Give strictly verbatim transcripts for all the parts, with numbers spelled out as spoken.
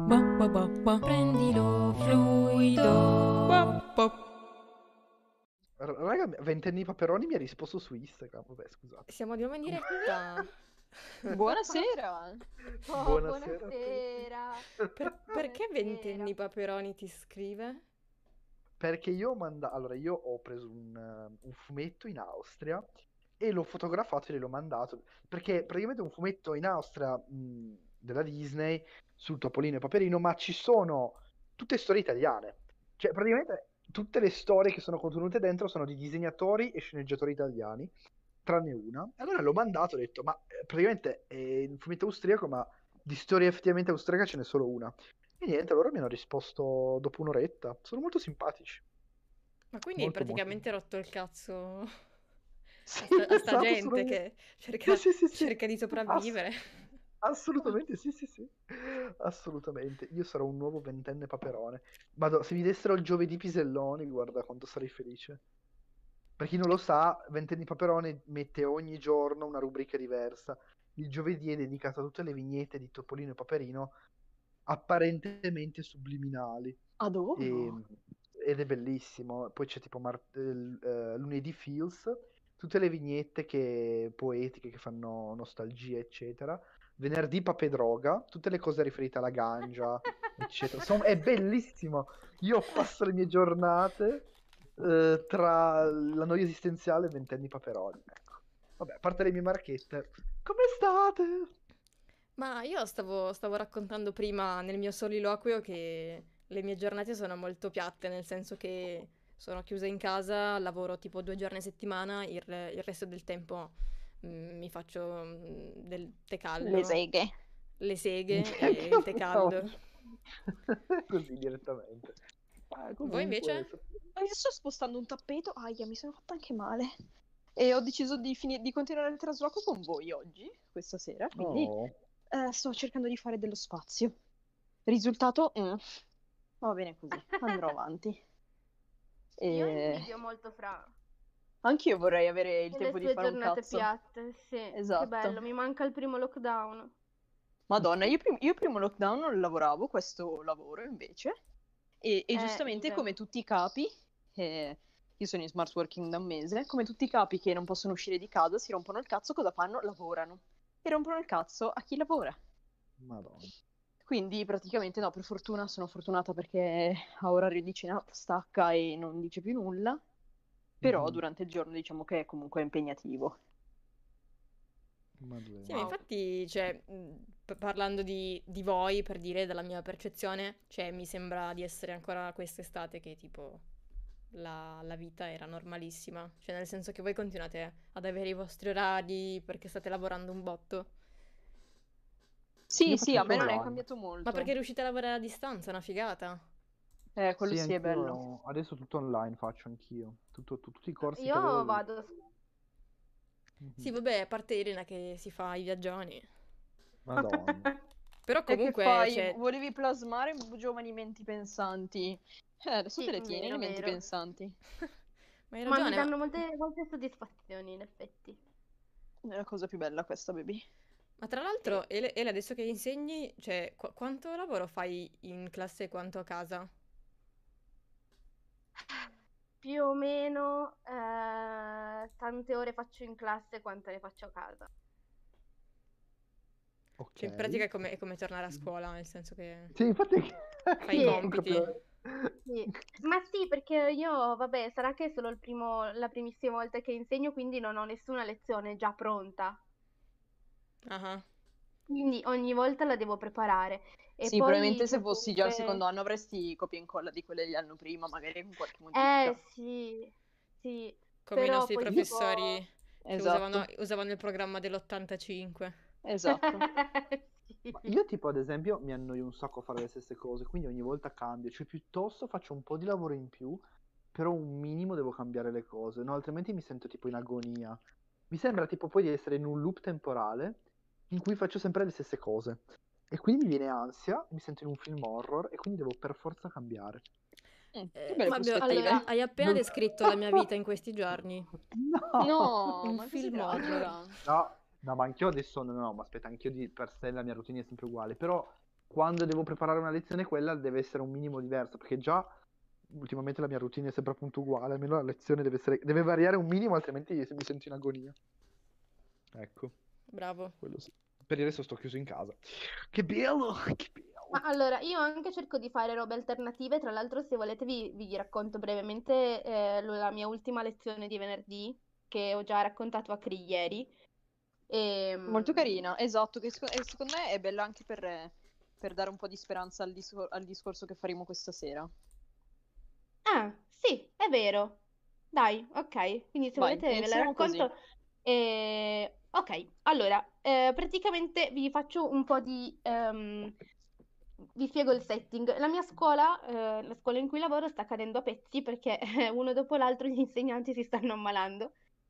Ba, ba, ba, ba. Prendilo fluido. Ba, ba. R- Raga, ventenni Paperoni mi ha risposto su Instagram. Vabbè, scusate. Siamo di nuovo in diretta. Buonasera. Oh, Buonasera a tutti. buonasera. Per- perché Buonasera. Ventenni Paperoni ti scrive? Perché io ho mandato. Allora, io ho preso un, eh, un fumetto in Austria e l'ho fotografato e gliel'ho mandato. Perché praticamente è un fumetto in Austria mh, della Disney sul Topolino e Paperino, ma ci sono tutte storie italiane. Cioè, praticamente tutte le storie che sono contenute dentro sono di disegnatori e sceneggiatori italiani, tranne una. Allora l'ho mandato e ho detto, ma eh, praticamente è un fumetto austriaco, ma di storia effettivamente austriaca ce n'è solo una. E niente, loro mi hanno risposto dopo un'oretta. Sono molto simpatici. Ma quindi hai Molto, molto. praticamente rotto il cazzo a Sì, sta, a sta esatto, gente sono io. che cerca, Sì, sì, sì, sì. cerca di sopravvivere. Assolutamente, sì, sì, sì. Assolutamente. Io sarò un nuovo ventenne Paperone. Vado, se mi dessero il giovedì Piselloni, guarda quanto sarei felice. Per chi non lo sa, Ventenni Paperone mette ogni giorno una rubrica diversa. Il giovedì è dedicato a tutte le vignette di Topolino e Paperino apparentemente subliminali. Adoro. E- ed è bellissimo. Poi c'è tipo mar- eh, eh, lunedì Feels, tutte le vignette che, poetiche che fanno nostalgia, eccetera. Venerdì Papedroga, tutte le cose riferite alla ganja, eccetera. Son- è bellissimo. Io passo le mie giornate eh, tra la noia esistenziale e ventenni Paperoni. Ecco. Vabbè, a parte le mie marchette, come state? Ma io stavo, stavo raccontando prima nel mio soliloquio che le mie giornate sono molto piatte, nel senso che sono chiusa in casa, lavoro tipo due giorni a settimana, il, il resto del tempo mm, mi faccio mm, del tè caldo, Le seghe. le seghe e Anche il io tè pensavo caldo. così direttamente. Ah, Voi comunque, invece? so- Ma io sto spostando un tappeto. Aia, mi sono fatta anche male. E ho deciso di, fini- di continuare il trasloco con voi oggi, questa sera. Quindi Oh, eh, sto cercando di fare dello spazio. Risultato? Mm. Va bene così. Andrò avanti. Io E invidio molto Fra anch'io vorrei avere il e le tempo di sue fare un giornate cazzo. piatte. Sì, che Esatto. bello, mi manca il primo lockdown. Madonna, io, prim- io primo lockdown non lavoravo, questo lavoro invece. E, e Eh, giustamente idem. come tutti i capi, eh, io sono in smart working da un mese, come tutti i capi che non possono uscire di casa, si rompono il cazzo, cosa fanno? Lavorano. E rompono il cazzo a chi lavora. Madonna. Quindi praticamente no, per fortuna sono fortunata perché a orario di cena stacca e non dice più nulla, però Mhm. durante il giorno diciamo che è comunque impegnativo. Madonna. Sì, ma Wow. infatti, cioè, mh, p- parlando di, di voi, per dire, dalla mia percezione, cioè, mi sembra di essere ancora quest'estate che, tipo, la, la vita era normalissima. Cioè, nel senso che voi continuate ad avere i vostri orari perché state lavorando un botto. Sì, Io sì, faccio a il me non è online. cambiato molto. Ma perché riuscite a lavorare a distanza, è una figata. Eh, quello Sì, sì è bello. anch'io adesso tutto online faccio anch'io. Tutto, tu- tutti i corsi che Io avevo. vado. Sì, Mhm. vabbè, a parte Irina che si fa i viaggioni. Madonna. Però E che comunque, fai? cioè, Volevi plasmare giovani menti pensanti. Eh, adesso Sì, te le tieni vero, le menti vero. pensanti. ma hai Ma mi ragione, ma... danno molte, molte soddisfazioni, in effetti. È la cosa più bella questa, baby. Ma tra Sì. l'altro, Ele, Ele, adesso che insegni, cioè, qu- quanto lavoro fai in classe e quanto a casa? Più o meno eh, tante ore faccio in classe quante ne faccio a casa. Ok. Cioè, in pratica è come, è come tornare a scuola, nel senso che Sì, infatti fai i Sì, non compiti. capivo. sì. Ma sì, perché io, vabbè, sarà che è solo il primo, la primissima volta che insegno, quindi non ho nessuna lezione già pronta. Ah, Quindi ogni volta la devo preparare. E Sì, poi probabilmente se c'è fossi già al sempre... secondo anno avresti copia e incolla di quelle degli anni prima, magari con qualche Eh modifica. sì, sì, come i però nostri poi Io- tipo... professori che usavano, Esatto, usavano il programma dell'ottantacinque. esatto. Ma Sì. io tipo ad esempio mi annoio un sacco a fare le stesse cose, quindi ogni volta cambio, cioè piuttosto faccio un po' di lavoro in più, però un minimo devo cambiare le cose, no? Altrimenti mi sento tipo in agonia. Mi sembra tipo poi di essere in un loop temporale in cui faccio sempre le stesse cose. E quindi mi viene ansia, mi sento in un film horror e quindi devo per forza cambiare. Mm, che Eh, belle Fabio, prospettive. Allora, hai appena Non- descritto la mia vita in questi giorni. No! No, Un ma cosa si film horror. tratta? No, no, ma anch'io adesso no, no, ma aspetta, anch'io di per sé la mia routine è sempre uguale, però quando devo preparare una lezione quella deve essere un minimo diverso, perché già ultimamente la mia routine è sempre appunto uguale, almeno la lezione deve essere, deve variare un minimo, altrimenti mi sento in agonia. Ecco, Bravo. quello sì. Per il resto sto chiuso in casa. Che bello, che bello. Ma allora, io anche cerco di fare robe alternative, tra l'altro se volete vi, vi racconto brevemente eh, la mia ultima lezione di venerdì, che ho già raccontato a Cri ieri. Molto Ehm, carina, esatto, che seco- e secondo me è bella anche per, per dare un po' di speranza al, discor- al discorso che faremo questa sera. Ah, sì, è vero. Dai, ok, quindi se Vai, volete ve la iniziamo così. racconto. Eh, ok, allora, eh, praticamente vi faccio un po' di... ehm, vi spiego il setting. La mia scuola, eh, la scuola in cui lavoro, sta cadendo a pezzi perché eh, uno dopo l'altro gli insegnanti si stanno ammalando.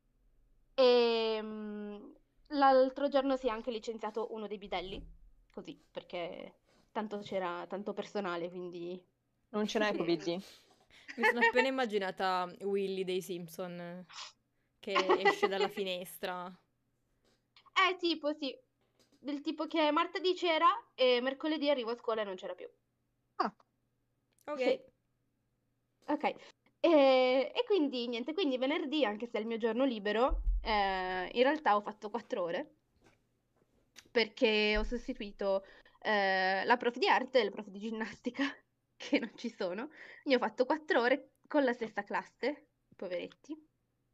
E mm, l'altro giorno si è anche licenziato uno dei bidelli, così, perché tanto c'era tanto personale, quindi... Non ce n'è Covid. Mi sono appena immaginata Willy dei Simpson che esce dalla finestra. Eh, tipo, sì. Del tipo che martedì c'era e mercoledì arrivo a scuola e non c'era più. Ah, Ok. Sì, ok. E, e quindi niente, quindi venerdì, anche se è il mio giorno libero, eh, in realtà ho fatto quattro ore perché ho sostituito eh, la prof di arte e il prof di ginnastica, che non ci sono. Quindi ho fatto quattro ore con la stessa classe, poveretti.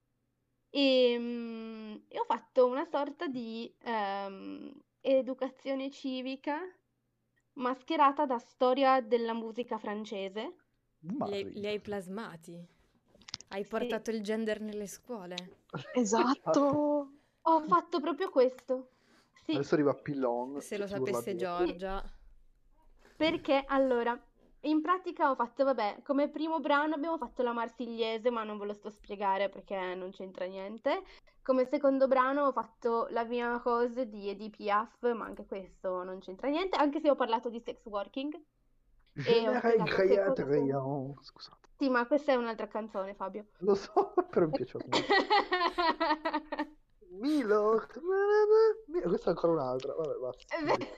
E, mm, e ho fatto una sorta di ehm, educazione civica mascherata da storia della musica francese. Li hai, li hai Marito. plasmati. Hai Sì, portato il gender nelle scuole. esatto. ho fatto proprio questo. Sì, Adesso arriva Pillon Se che lo ti urla sapesse addosso. sì, Giorgia. perché allora, in pratica ho fatto, vabbè, come primo brano abbiamo fatto la Marsigliese, ma non ve lo sto a spiegare perché non c'entra niente. Come secondo brano ho fatto La Vie en Rose di Edith Piaf, ma anche questo non c'entra niente, anche se ho parlato di sex working Je e ho ne spiegato che regrette cosa sono. rien. Scusate. Sì, ma questa è un'altra canzone, Fabio. Lo so, però mi piaceva comunque. Milo. Questa è ancora un'altra. Vabbè, basta.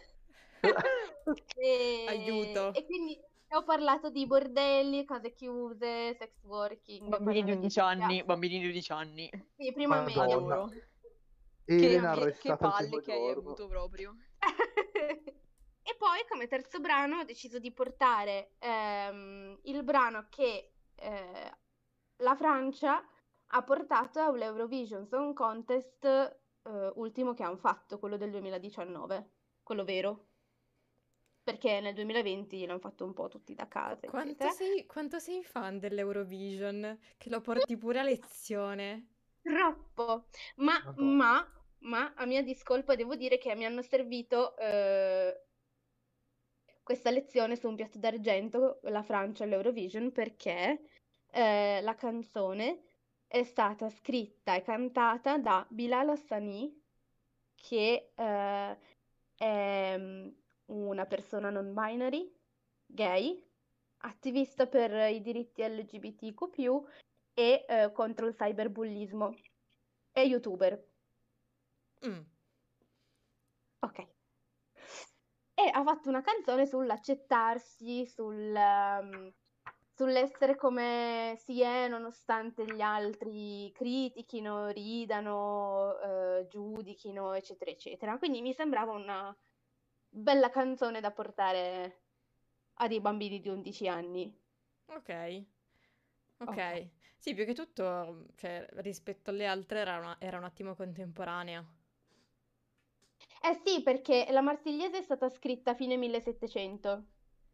E, Aiuto. e quindi ho parlato di bordelli, case chiuse, sex working, ho Bambini di parlato di undici Edith anni, Piaf. bambini di undici anni. Sì, prima media. Madonna. Adoro. Che, Elena ambi- che arrestata il palle primo che hai giorno. avuto proprio. E poi come terzo brano ho deciso di portare ehm, il brano che eh, la Francia ha portato all'Eurovision Song Contest eh, ultimo che hanno fatto, quello del duemiladiciannove, quello vero, perché nel duemilaventi l'hanno fatto un po' tutti da casa, Quanto eccetera. sei, quanto sei fan dell'Eurovision? Che lo porti pure a lezione. Troppo, ma, Madonna. ma, ma a mia discolpa devo dire che mi hanno servito eh, questa lezione su un piatto d'argento, la Francia all'Eurovision, perché eh, la canzone è stata scritta e cantata da Bilal Hassani, che eh, è mm, una persona non binary, gay, attivista per i diritti L G B T Q più, e eh, contro il cyberbullismo. È youtuber. Mm. Ok. E ha fatto una canzone sull'accettarsi, sul, ehm, sull'essere come si è, nonostante gli altri critichino, ridano, eh, giudichino, eccetera, eccetera. Quindi mi sembrava una bella canzone da portare a dei bambini di undici anni. Ok. Ok. Ok. Sì, più che tutto, cioè, rispetto alle altre era, una- era un attimo contemporanea. Eh sì, perché la Marsigliese è stata scritta a fine millesettecento.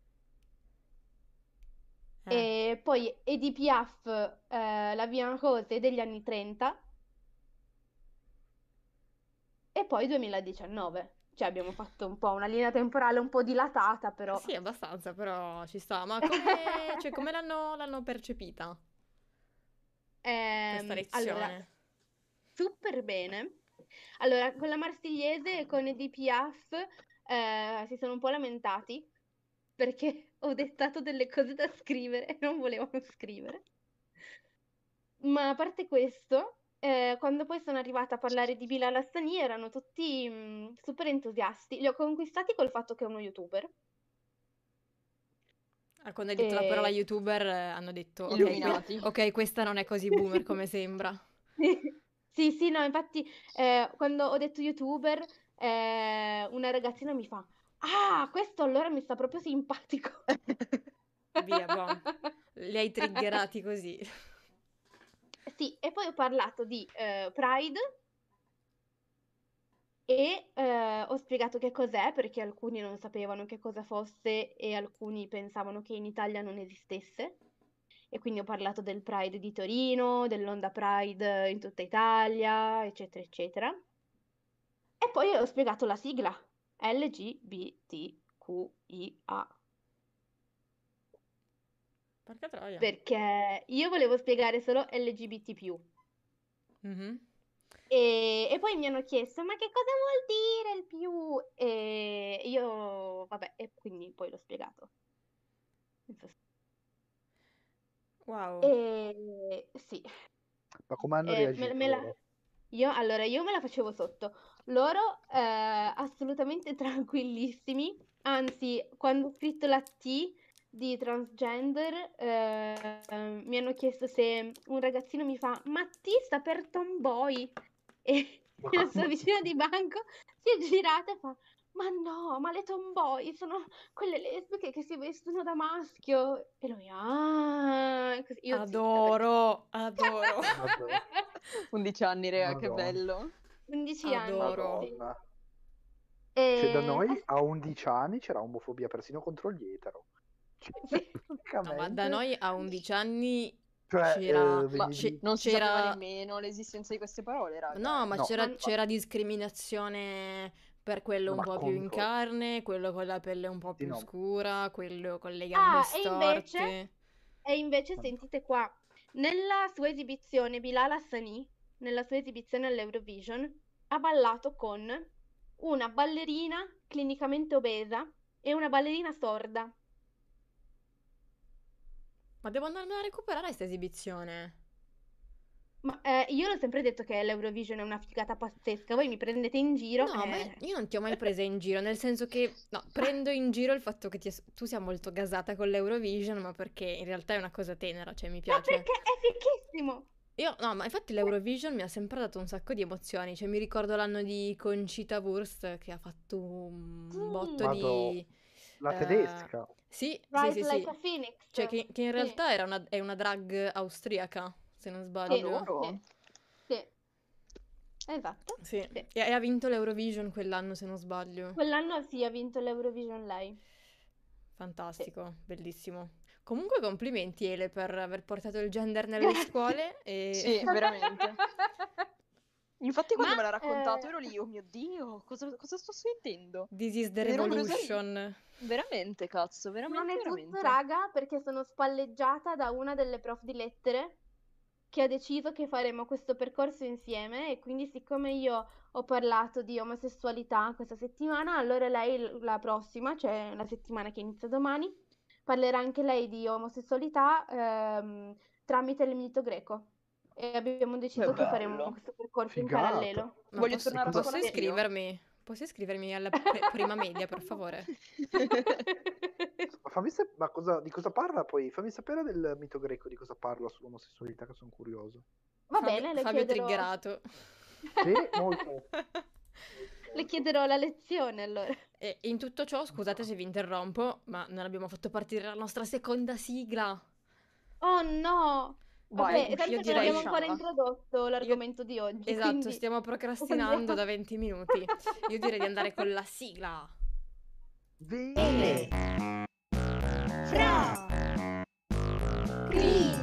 Eh. E poi Edith Piaf, eh, La Vie en Rose è degli anni trenta e poi duemiladiciannove. Cioè abbiamo fatto un po' una linea temporale un po' dilatata, però. Sì, abbastanza, però ci sta. Ma come, cioè, come l'hanno l'hanno percepita questa Ehm, allora, lezione? super bene. Allora, con la Marsigliese e con Edith Piaf eh, si sono un po' lamentati perché ho dettato delle cose da scrivere e non volevano scrivere. Ma a parte questo, eh, quando poi sono arrivata a parlare di Bilal Hassani erano tutti mh, super entusiasti. Li ho conquistati col fatto che è uno youtuber. Ah, quando hai detto la parola E... youtuber, eh, hanno detto, ok, que- Illuminati. ok, questa non è così boomer come sembra. Sì, sì, no, infatti eh, quando ho detto youtuber, eh, una ragazzina mi fa, ah, questo allora mi sta proprio simpatico. Via, boh. Li hai triggerati così. Sì, e poi ho parlato di eh, Pride e eh, ho spiegato che cos'è perché alcuni non sapevano che cosa fosse e alcuni pensavano che in Italia non esistesse. E quindi ho parlato del Pride di Torino, dell'Onda Pride in tutta Italia, eccetera, eccetera. E poi ho spiegato la sigla L G B T Q I A. Porca troia. Perché io volevo spiegare solo L G B T più. Mhm. E, e poi mi hanno chiesto, ma che cosa vuol dire il più? E io, vabbè, e quindi poi l'ho spiegato. Wow. E sì, Ma come hanno e me, reagito me la- loro? io, allora, io me la facevo sotto. Loro eh, assolutamente tranquillissimi, anzi, quando ho scritto la T di transgender, eh, mi hanno chiesto se un ragazzino mi fa, ma T sta per tomboy? E la sua vicina di banco si è girata e fa, ma no, ma le tomboy sono quelle lesbiche che si vestono da maschio. E lui, ah, e così, io zitta perché... Adoro, adoro, Madonna. undici anni, rea, che Madonna. bello. undici anni, adoro. sì. Madonna. E... Cioè, da eh, noi a undici anni c'era omofobia persino contro gli etero. Cioè, sì. No, ma da francamente, noi a undici anni cioè, c'era... eh, Ma vedi... non si sapeva c'era... nemmeno l'esistenza di queste parole, raga. No, eh. ma No, c'era, Ma- c'era discriminazione per quello no, un ma po' più in contro... carne, quello con la pelle un po' Sì, più no. scura, quello con le gambe Ah, e invece, storte. e invece sentite qua, nella sua esibizione Bilal Hassani, nella sua esibizione all'Eurovision, ha ballato con una ballerina clinicamente obesa e una ballerina sorda. Ma devo andarmela a recuperare questa esibizione. Ma eh, io l'ho sempre detto che l'Eurovision è una figata pazzesca, voi mi prendete in giro No, ma io, e... io non ti ho mai presa in giro, nel senso che, no, prendo in giro il fatto che ti- tu sia molto gasata con l'Eurovision, ma perché in realtà è una cosa tenera, cioè mi Ma piace. perché è fichissimo! Io, no, ma infatti l'Eurovision mi ha sempre dato un sacco di emozioni, cioè mi ricordo l'anno di Conchita Wurst che ha fatto un Sì. botto Madò, di... la eh, tedesca. sì, sì, Rise sì, like sì, a phoenix. cioè che, che in Sì, realtà era una, è una drag austriaca, se non sì, sbaglio. Adoro. sì, sì. Esatto, Sì, sì. e e ha vinto l'Eurovision quell'anno, se non sbaglio. Quell'anno sì, ha vinto l'Eurovision lei. Sì. Fantastico, bellissimo. Comunque complimenti Ele per aver portato il gender nelle Grazie. scuole e Sì, veramente. Infatti quando Ma, me l'ha raccontato eh, ero lì, oh mio Dio, cosa, cosa sto sentendo? This is the Ed ero curiosa di- revolution. Veramente, cazzo, non veramente, è tutto, veramente. raga, perché sono spalleggiata da una delle prof di lettere che ha deciso che faremo questo percorso insieme e quindi siccome io ho parlato di omosessualità questa settimana, allora lei l- la prossima, cioè la settimana che inizia domani, parlerà anche lei di omosessualità ehm, tramite il mito greco e abbiamo deciso che faremo bello. questo percorso in Figata. parallelo. Ma Voglio posso, tornare a cosa- posso scuola anch'io. iscrivermi? Posso iscrivermi alla pre- prima media, per favore? Ma fammi sap- ma cosa, di cosa parla poi? Fammi sapere del mito greco, di cosa parla sull'omosessualità, che sono curioso. Va Fabio, bene, le Fabio chiederò... triggerato. Sì, molto. Le chiederò la lezione allora. E in tutto ciò, scusate se vi interrompo, ma non abbiamo fatto partire la nostra seconda sigla. Oh no! Vai, Vabbè, tanto io non direi- abbiamo ancora usciamo. introdotto l'argomento di oggi, Esatto, quindi stiamo procrastinando andiamo. da venti minuti. Io direi di andare con la sigla. Bene. Fra! Cri!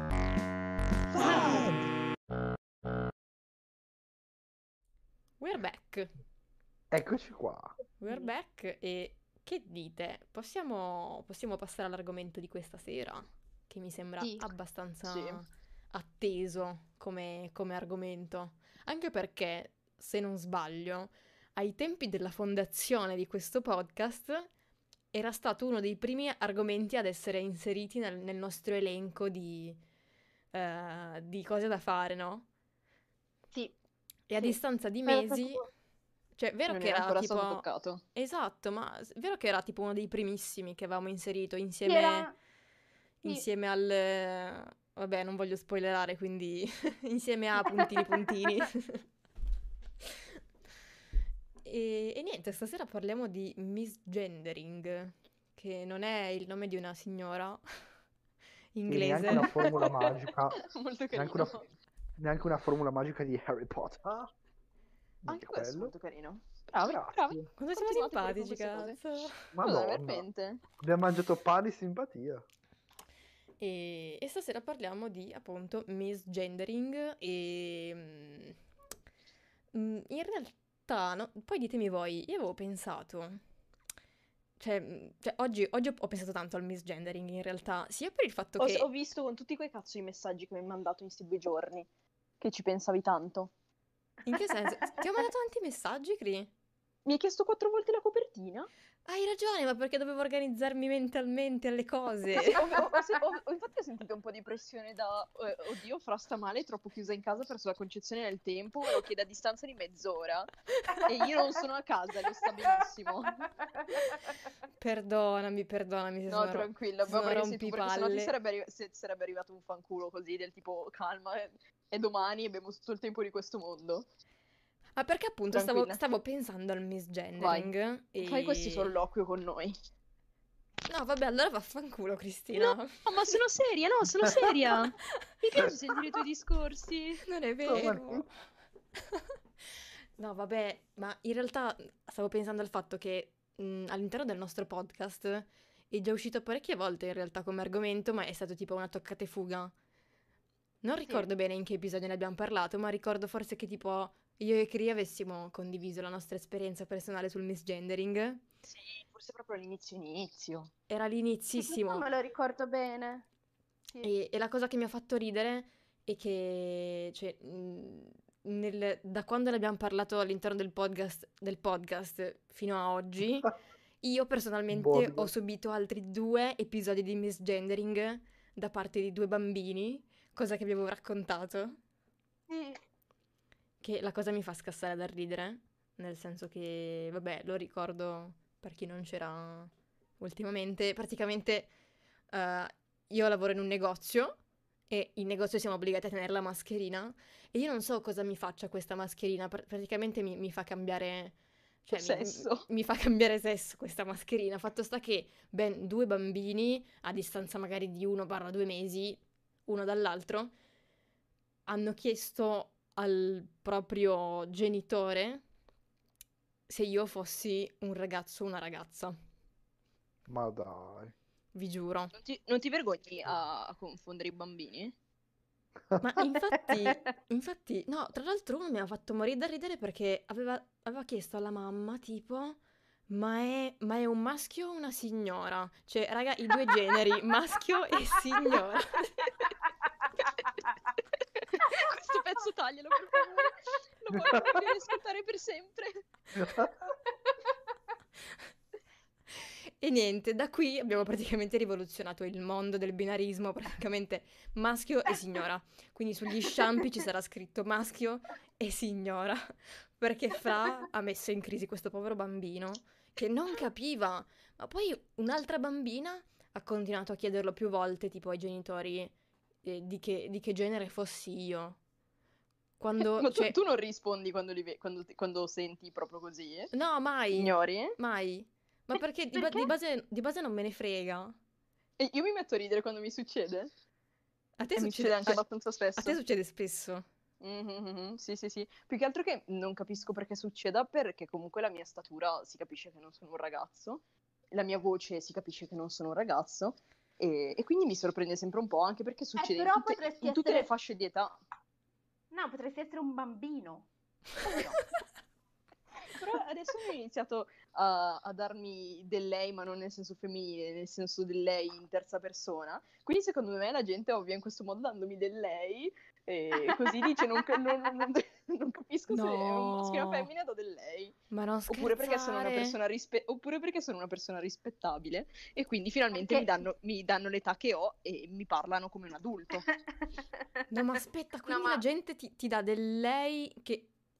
We're back. Eccoci qua. We're back e che dite? Possiamo, possiamo passare all'argomento di questa sera, che mi sembra Sì. abbastanza Sì. atteso come, come argomento. Anche perché, se non sbaglio, ai tempi della fondazione di questo podcast era stato uno dei primi argomenti ad essere inseriti nel, nel nostro elenco di, eh, di cose da fare, no? Sì, E a sì. distanza di Era mesi stato- Cioè, vero Non che era era ancora stato tipo... toccato. Esatto, ma s- vero che era tipo uno dei primissimi che avevamo inserito Sì, insieme, era... sì. insieme al... Vabbè, non voglio spoilerare, quindi insieme a puntini puntini. E, e niente, stasera parliamo di misgendering, che non è il nome di una signora Sì, neanche una inglese. formula magica, Molto neanche carino. una, neanche una formula magica di Harry Potter. Anche Neanche questo è quello. molto carino. Bravi, Grazie. bravi. Quando siamo Continuate pure con simpatici, queste cose. cazzo. Madonna, Madonna, veramente. abbiamo mangiato pane di simpatia. E, e stasera parliamo di appunto misgendering e mm, mm, in realtà, no, poi ditemi voi, io avevo pensato, cioè, mm, cioè, oggi, oggi ho ho pensato tanto al misgendering in realtà, sia per il fatto Ho, che, ho visto con tutti quei cazzo di messaggi che mi hai mandato in questi due giorni che ci pensavi tanto. in che senso, ti ho mandato tanti messaggi, Cri? Mi hai chiesto quattro volte la copertina? Hai ragione, ma perché dovevo organizzarmi mentalmente alle cose? Sì, ho, ho- ho se- ho- ho- infatti ho sentito un po' di pressione da eh, oddio, Fra sta male, è troppo chiusa in casa, ha perso la concezione del tempo, me lo chiede a distanza di mezz'ora e io non sono a casa, lo sta benissimo. Perdonami, perdonami se No, sono, ro- tranquilla, se sono ma perché sei tu, perché sennò ti rompipalle. sarebbe, arri- se- sarebbe arrivato un fanculo così, del tipo calma, è, è domani, abbiamo tutto il tempo di questo mondo. Ma perché appunto stavo, Tranquilla. stavo pensando al Vai, misgendering fai questo e... soliloquio con noi. No, vabbè, allora vaffanculo, Cristina. No, ma sono seria, no, sono seria. Mi piace sentire i tuoi discorsi. Non è Sono vero. No, vabbè, ma in realtà stavo pensando al fatto che mh, all'interno del nostro podcast è già uscito parecchie volte in realtà come argomento, ma è stato tipo una toccata e fuga. Non ricordo bene in che episodio ne abbiamo parlato, ma ricordo forse che tipo io e Cri avessimo condiviso la nostra esperienza personale sul misgendering. Sì, forse proprio all'inizio inizio. Era Sì, questo l'inizissimo. me lo ricordo bene. Sì. E, e la cosa che mi ha fatto ridere è che, cioè, mh, nel- da quando ne abbiamo parlato all'interno del podcast, del podcast fino a oggi, io personalmente ho Podcast. subito altri due episodi di misgendering da parte di due bambini, cosa che vi avevo raccontato, Sì. che la cosa mi fa scassare dal ridere, nel senso che, vabbè, lo ricordo per chi non c'era ultimamente, praticamente eh, io lavoro in un negozio e in negozio siamo obbligati a tenere la mascherina e io non so cosa mi faccia questa mascherina, pr- praticamente mi, mi fa cambiare, cioè mi, Sesso. mi fa cambiare sesso questa mascherina, fatto sta che ben due bambini a distanza magari di uno barra due mesi, uno dall'altro, hanno chiesto al proprio genitore se io fossi un ragazzo o una ragazza, Ma dai. vi giuro. Non ti, non ti vergogni a, a confondere i bambini? Ma infatti, infatti, no, tra l'altro uno mi ha fatto morire da ridere perché aveva, aveva chiesto alla mamma, tipo, ma è, ma è un maschio o una signora? Cioè, raga, i due generi, maschio e signora. Questo pezzo taglialo, per favore. Lo voglio, voglio ascoltare per sempre. E niente, da qui abbiamo praticamente rivoluzionato il mondo del binarismo, praticamente maschio e signora. Quindi sugli sciampi ci sarà scritto maschio e signora, perché Fra ha messo in crisi questo povero bambino che non capiva. Ma poi un'altra bambina ha continuato a chiederlo più volte, tipo ai genitori, eh, di che, di che genere fossi io. Quando, Ma tu, cioè, tu non rispondi quando, li ve- quando, quando senti proprio così? eh? no, mai, Ignori? mai. Ma Eh, perché di, ba- perché? di base, di base non me ne frega. E io mi metto a ridere quando mi succede. A te E mi succede succede anche a- abbastanza spesso. A te succede spesso. Mhm, sì, sì, sì. Più che altro che non capisco perché succeda, perché comunque la mia statura si capisce che non sono un ragazzo, la mia voce si capisce che non sono un ragazzo, e, e quindi mi sorprende sempre un po', anche perché succede in però tutte, potresti in tutte essere- le fasce di età. No, potresti essere un bambino. Però adesso mi ho iniziato a, a darmi del lei, ma non nel senso femminile, nel senso del lei in terza persona. Quindi secondo me la gente ovvia in questo modo dandomi del lei, e così dice non, non- non- non capisco se è un maschio o una No. femmina, do del lei. Ma non Oppure perché sono una scherzare. persona rispe- oppure perché sono una persona rispettabile e quindi finalmente Perché- mi danno, mi danno l'età che ho e mi parlano come un adulto. No, ma aspetta, quindi No, ma- la gente ti, ti dà del lei che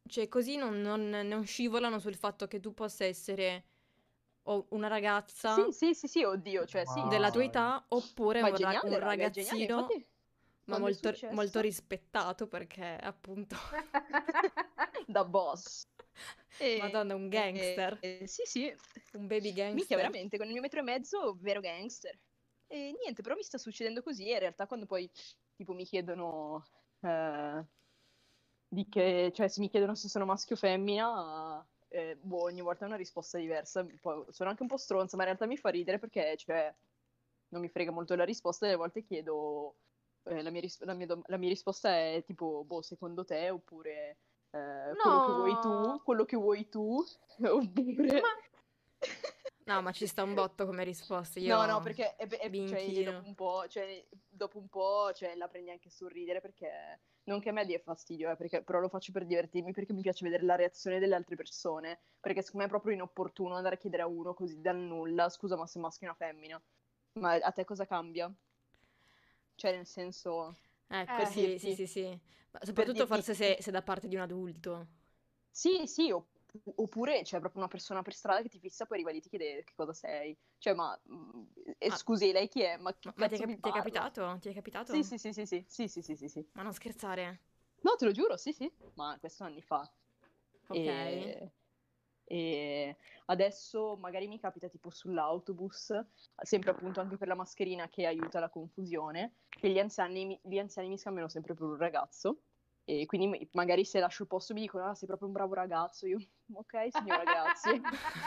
cioè così non, non- non scivolano sul fatto che tu possa essere o una ragazza Sì, sì, sì, sì, oddio, cioè sì. della tua Vai. età oppure Ma è un, ra- geniale, un raga, è geniale. ragazzino, Infatti, ma quando è molto, successo, molto rispettato perché appunto, da boss. E, Madonna, un gangster, e- sì, sì, un baby minchia, gangster. veramente, con il mio metro e mezzo, vero gangster. E niente, però mi sta succedendo così e in realtà quando poi, tipo, mi chiedono eh, di che, cioè se mi chiedono se sono maschio o femmina, eh, boh, ogni volta è una risposta diversa. Poi sono anche un po' stronza, ma in realtà mi fa ridere perché, cioè, non mi frega molto la risposta e alle volte chiedo, eh, la mia, ris- la mia dom- la mia risposta è tipo, boh, secondo te, oppure eh, quello che vuoi tu, No, quello che vuoi tu, oppure... ma No, ma ci sta un botto come risposta, No, no, io perché è- è- mi cioè, dopo inchino. un po', cioè, dopo un po', cioè, la prendi anche sul ridere perché non che a me dia fastidio, eh, perché, però lo faccio per divertirmi perché mi piace vedere la reazione delle altre persone, perché secondo me è proprio inopportuno andare a chiedere a uno così dal nulla, scusa, ma sei maschio o una femmina? Ma a te cosa cambia? Cioè, nel senso, Ecco, per eh, sì, sì, dirti, sì, sì. Ma per soprattutto dirti, forse se, se da parte di un adulto. sì, sì, opp- oppure c'è proprio una persona per strada che ti fissa, poi arriva lì e ti chiede che cosa sei. Cioè, ma, mm, eh, Ma, scusi, lei chi è? Ma che ma- ma ti è, cazzo mi capi- ti è parla? capitato? Ti è Sì, capitato? sì, sì, sì, sì, sì, sì, sì, sì, sì. Ma non scherzare. No, te lo giuro, sì, sì, ma questo anni fa. Ok. E, e adesso magari mi capita tipo sull'autobus, sempre appunto anche per la mascherina che aiuta la confusione, che gli anziani, mi- gli anziani mi scambiano sempre per un ragazzo. E quindi mi- magari se lascio il posto mi dicono, ah, sei proprio un bravo ragazzo. Io, ok, signora, grazie.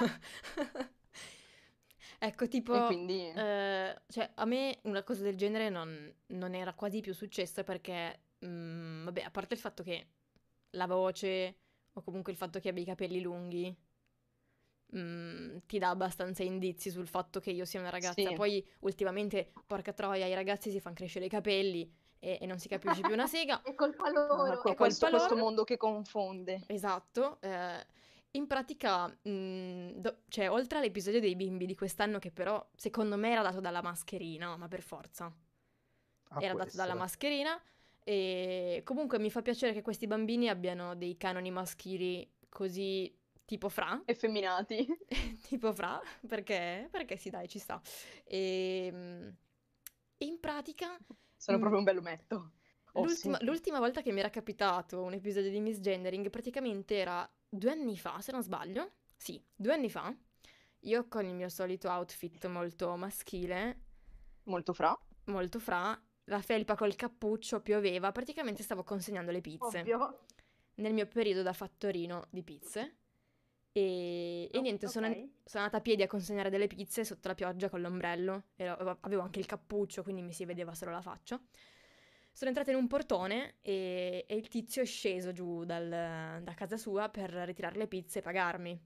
Ecco, tipo, E quindi, eh, cioè, a me una cosa del genere non, non era quasi più successa perché, mm, vabbè, a parte il fatto che la voce o comunque il fatto che abbia i capelli lunghi, mm, ti dà abbastanza indizi sul fatto che io sia una ragazza. sì, Poi, ultimamente, porca troia, i ragazzi si fanno crescere i capelli e, e non si capisce più una sega. è colpa ah, loro, que- È è questo, colpa colpa questo loro. loro. mondo che confonde. Esatto, eh, in pratica, mh, do- cioè, oltre all'episodio dei bimbi di quest'anno, che però secondo me era dato dalla mascherina, ma per forza, Ah, era può dato dalla essere. mascherina, e comunque mi fa piacere che questi bambini abbiano dei canoni maschili così tipo Fra, Effeminati. tipo Fra, perché, perché sì, dai, ci sta. E, mh, in pratica, Sono mh, proprio un bell'umetto. Oh L'ultima, sì. l'ultima volta che mi era capitato un episodio di misgendering praticamente era due anni fa, se non sbaglio. Sì, due anni fa. Io con il mio solito outfit molto maschile, Molto fra. molto fra, la felpa col cappuccio, pioveva, praticamente stavo consegnando le pizze. Ovvio. Nel mio periodo da fattorino di pizze. E, e Oh, niente, sono, ok. sono andata a piedi a consegnare delle pizze sotto la pioggia con l'ombrello. Ero- avevo anche il cappuccio, quindi mi si vedeva solo la faccia. Sono entrata in un portone e, e il tizio è sceso giù dal- da casa sua per ritirare le pizze e pagarmi.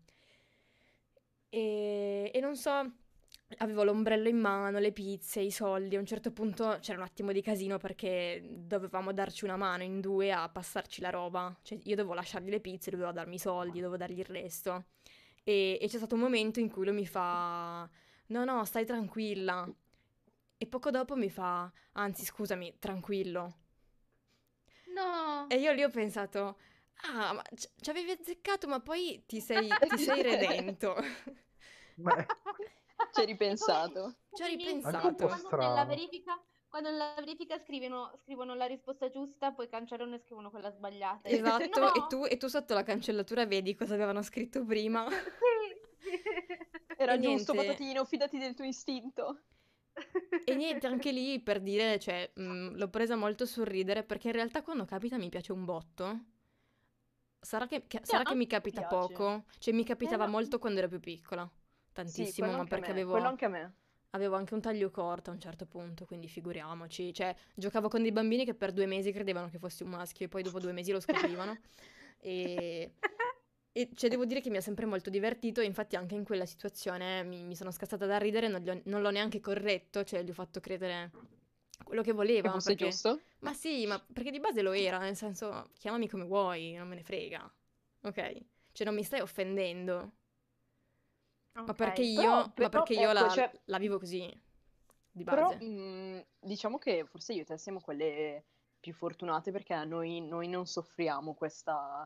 E, e non so, avevo l'ombrello in mano, le pizze, i soldi. A un certo punto c'era un attimo di casino perché dovevamo darci una mano in due a passarci la roba. Cioè, io dovevo lasciargli le pizze, dovevo darmi i soldi, dovevo dargli il resto. E, e c'è stato un momento in cui lui mi fa: No, no, stai tranquilla. E poco dopo mi fa: Anzi, scusami, tranquillo. No. E io lì ho pensato: Ah, ma ci ci avevi azzeccato, ma poi ti sei, ti sei redento. Beh, Ci hai È come, ripensato. Ci ho come i miei anche un insegnanti po' ripensato. quando nella strano. verifica, quando nella verifica scrivono, scrivono la risposta giusta, poi cancellano e scrivono quella sbagliata. Io faccio, Esatto, e no! tu, e tu sotto la cancellatura vedi cosa avevano scritto prima. Sì! E Era giusto, niente, patatino, fidati del tuo istinto. e niente, anche lì per dire, cioè, mh, l'ho presa molto sul ridere perché in realtà quando capita mi piace un botto. Sarà che, che- Sì, a sarà che me mi capita piace. poco, cioè mi Eh capitava no, molto quando ero più piccola, sì, tantissimo, quello ma anche a perché me, quello avevo, anche a me. avevo anche un taglio corto a un certo punto, quindi figuriamoci. Cioè, giocavo con dei bambini che per due mesi credevano che fossi un maschio e poi dopo due mesi lo scoprivano. E, e cioè, devo dire che mi ha sempre molto divertito e infatti anche in quella situazione mi, mi sono scassata da ridere, non, gli ho- non l'ho neanche corretto, cioè gli ho fatto credere quello che Che voleva, fosse perché... giusto? Ma sì, ma perché di base lo era, nel senso, chiamami come vuoi, non me ne frega, ok? Cioè non mi stai offendendo, ma perché Ok. Però, io, ma però, perché io ecco, la, cioè, la vivo così, di però, base. mh, diciamo che forse io e te siamo quelle più fortunate perché noi, noi non soffriamo questa,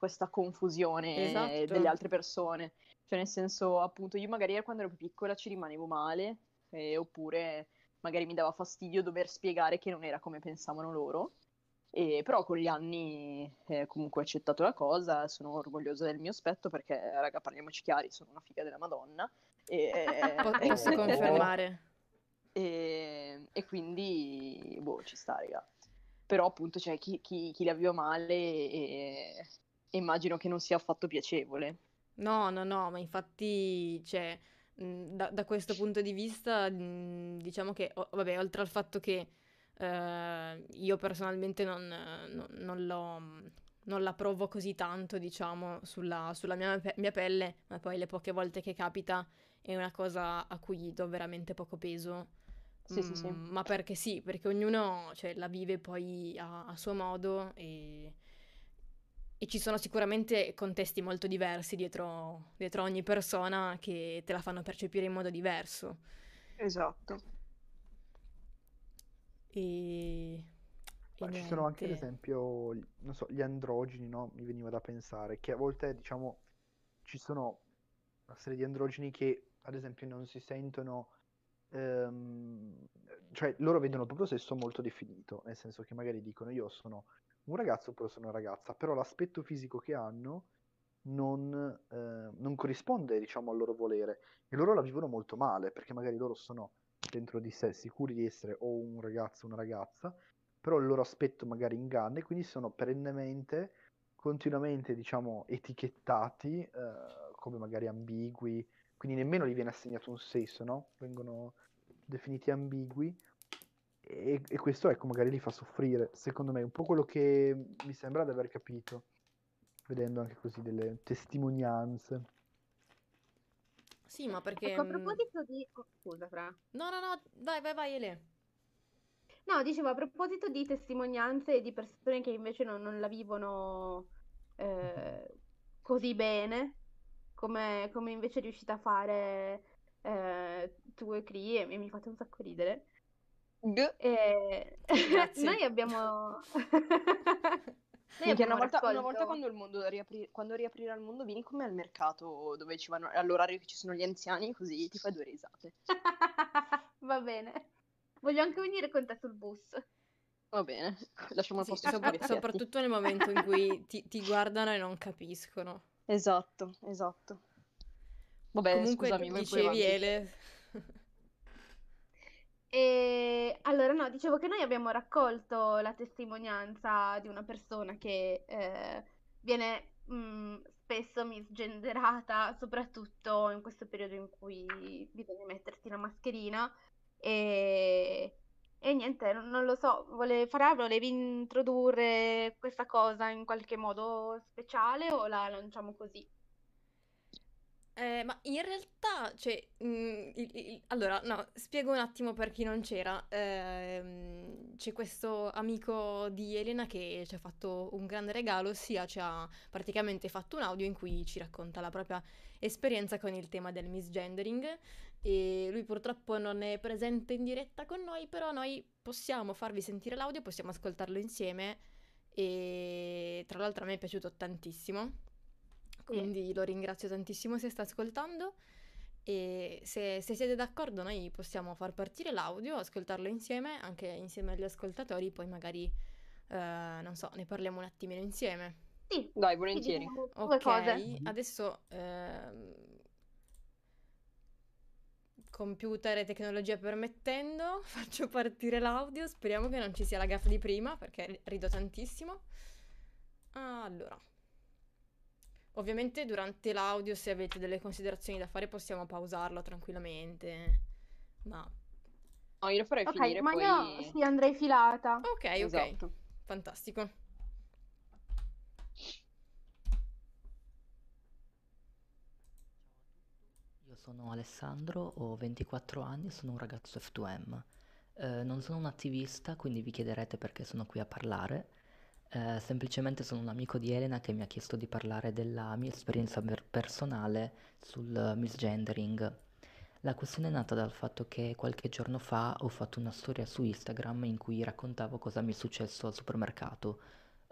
questa confusione delle Esatto. altre persone. Cioè, nel senso, appunto, io magari quando ero più piccola ci rimanevo male, eh, oppure magari mi dava fastidio dover spiegare che non era come pensavano loro. E però con gli anni eh, comunque ho accettato la cosa, sono orgogliosa del mio aspetto perché, raga, parliamoci chiari, sono una figa della Madonna. E, Po- posso Oh. confermare. e, e quindi, boh, ci sta, raga. Però appunto c'è chi, chi, chi la vive male e, e immagino che non sia affatto piacevole. No, no, no, ma infatti, cioè, mh, da, da questo punto di vista, mh, diciamo che, o- vabbè, oltre al fatto che eh, io personalmente non, non- non l'ho, non la provo così tanto, diciamo, sulla, sulla mia, pe- mia pelle, ma poi le poche volte che capita è una cosa a cui do veramente poco peso. Sì, sì, sì. Mm, ma perché sì, perché ognuno, cioè, la vive poi a, a suo modo e, e ci sono sicuramente contesti molto diversi dietro, dietro ogni persona che te la fanno percepire in modo diverso. Esatto. E, e Ma ci sono anche, ad niente. esempio, gli- non so, gli androgeni, no? Mi veniva da pensare che a volte, diciamo, ci sono una serie di androgeni che, ad esempio, non si sentono, ehm, cioè loro vedono il proprio sesso molto definito, nel senso che magari dicono io sono un ragazzo oppure sono una ragazza, però l'aspetto fisico che hanno non, eh, non corrisponde, diciamo, al loro volere e loro la vivono molto male perché magari loro sono dentro di sé sicuri di essere o un ragazzo o una ragazza, però il loro aspetto magari inganna e quindi sono perennemente, continuamente, diciamo, etichettati eh, come magari ambigui, quindi nemmeno gli viene assegnato un sesso, no? Vengono definiti ambigui e, e questo, ecco, magari li fa soffrire. Secondo me è un po' quello che mi sembra di aver capito, vedendo anche così delle testimonianze. Sì, ma perché... Ecco, a mm, proposito di... oh, scusa, Fra. No, no, no, vai, vai, vai, Ele. No, dicevo, a proposito di testimonianze e di persone che invece non, non la vivono eh, così bene, come, come invece è riuscita a fare eh, tu e Cree, e mi fate un sacco ridere. G- E Grazie. noi abbiamo... Noi Minchia, una abbiamo volta, una volta raccolto... quando il mondo riapri- quando riaprirà il mondo, vieni con me al mercato dove ci vanno all'orario che ci sono gli anziani, così ti fai due risate. Va bene. Voglio anche venire con te sul bus. Va bene, lasciamo il Sì, posto ai sopra- spaghettetti. soprattutto nel momento in cui ti, ti guardano e non capiscono. Esatto, esatto. Vabbè, Comunque, scusami, vai pure dicevi, avanti. Ele... E allora no, dicevo che noi abbiamo raccolto la testimonianza di una persona che eh, viene mh, spesso misgenderata, soprattutto in questo periodo in cui bisogna mettersi la mascherina. E, e niente, non, non lo so, vole, Farah, volevi introdurre questa cosa in qualche modo speciale o la lanciamo così? Eh, ma in realtà, cioè, mm, il- il- allora, no, spiego un attimo per chi non c'era. Ehm, c'è questo amico di Elena che ci ha fatto un grande regalo, ossia ci ha praticamente fatto un audio in cui ci racconta la propria esperienza con il tema del misgendering e lui purtroppo non è presente in diretta con noi, però noi possiamo farvi sentire l'audio, possiamo ascoltarlo insieme e tra l'altro a me è piaciuto tantissimo. Quindi lo ringrazio tantissimo se sta ascoltando e se, se siete d'accordo noi possiamo far partire l'audio, ascoltarlo insieme, anche insieme agli ascoltatori, poi magari, eh, non so, ne parliamo un attimino insieme. Sì, Dai, sì, volentieri. diciamo due Ok, cose. adesso ehm, computer e tecnologia permettendo, faccio partire l'audio, speriamo che non ci sia la gaffa di prima perché rido tantissimo. Allora. Ovviamente durante l'audio, se avete delle considerazioni da fare, possiamo pausarlo tranquillamente. Ma No, io lo farei Ok, finire, ma poi... io sì, andrei filata. ok, ok, Esatto. fantastico. Io sono Alessandro, ho ventiquattro anni e sono un ragazzo F due M. Eh, non sono un attivista, quindi vi chiederete perché sono qui a parlare. Eh, semplicemente sono un amico di Elena che mi ha chiesto di parlare della mia esperienza per- personale sul eh, misgendering. La questione è nata dal fatto che qualche giorno fa ho fatto una storia su Instagram in cui raccontavo cosa mi è successo al supermercato.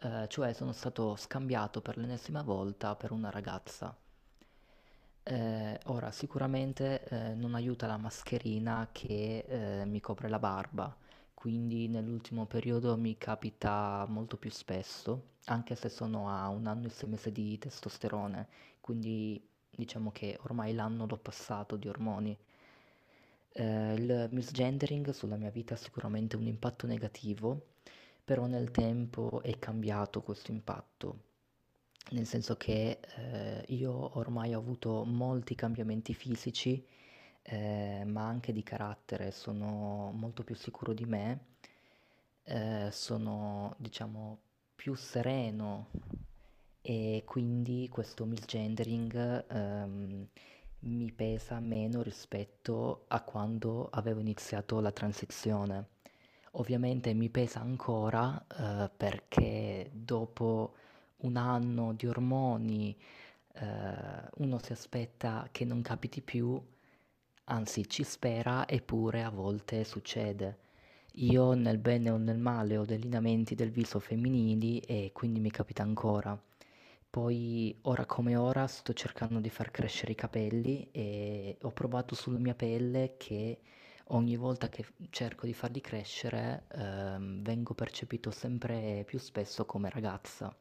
Eh, cioè sono stato scambiato per l'ennesima volta per una ragazza. Eh, ora, sicuramente eh, non aiuta la mascherina che eh, mi copre la barba, quindi nell'ultimo periodo mi capita molto più spesso, anche se sono a un anno e sei mesi di testosterone, quindi diciamo che ormai l'anno l'ho passato di ormoni. Eh, il misgendering sulla mia vita ha sicuramente un impatto negativo, però nel tempo è cambiato questo impatto, nel senso che eh, io ormai ho avuto molti cambiamenti fisici, eh, ma anche di carattere, sono molto più sicuro di me, eh, sono diciamo più sereno e quindi questo misgendering ehm, mi pesa meno rispetto a quando avevo iniziato la transizione. Ovviamente mi pesa ancora eh, perché dopo un anno di ormoni eh, uno si aspetta che non capiti più, anzi ci spera eppure a volte succede. Io nel bene o nel male ho dei lineamenti del viso femminili e quindi mi capita ancora. Poi ora come ora sto cercando di far crescere i capelli e ho provato sulla mia pelle che ogni volta che cerco di farli crescere ehm, vengo percepito sempre più spesso come ragazza.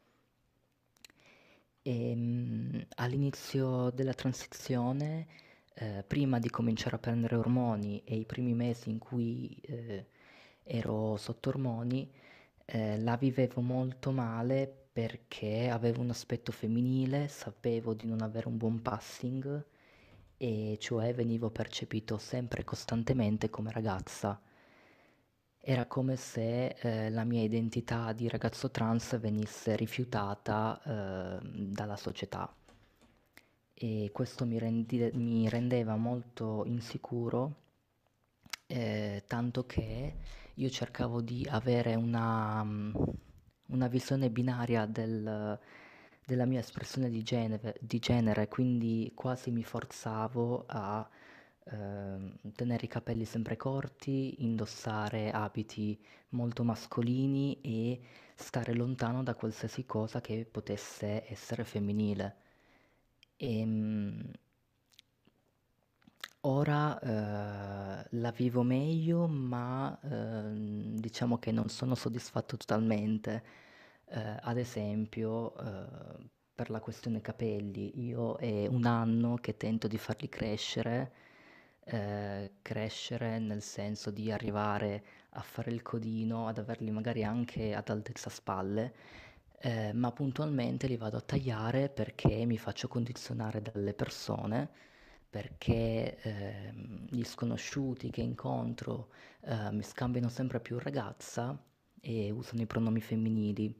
E, mm, all'inizio della transizione, eh, prima di cominciare a prendere ormoni e i primi mesi in cui eh, ero sotto ormoni, eh, la vivevo molto male perché avevo un aspetto femminile, sapevo di non avere un buon passing e cioè venivo percepito sempre e costantemente come ragazza. Era come se eh, la mia identità di ragazzo trans venisse rifiutata eh, dalla società e questo mi, rendi- mi rendeva molto insicuro, eh, tanto che io cercavo di avere una, mm, una visione binaria del- della mia espressione di genere, di genere, quindi quasi mi forzavo a ehm, tenere i capelli sempre corti, indossare abiti molto mascolini e stare lontano da qualsiasi cosa che potesse essere femminile. Ehm, Ora eh, la vivo meglio, ma ehm, diciamo che non sono soddisfatto totalmente. Eh, ad esempio, eh, per la questione capelli, io è un anno che tento di farli crescere, eh, crescere nel senso di arrivare a fare il codino, ad averli magari anche ad altezza spalle, eh, ma puntualmente li vado a tagliare perché mi faccio condizionare dalle persone, perché ehm, gli sconosciuti che incontro eh, mi scambiano sempre più ragazza e usano i pronomi femminili.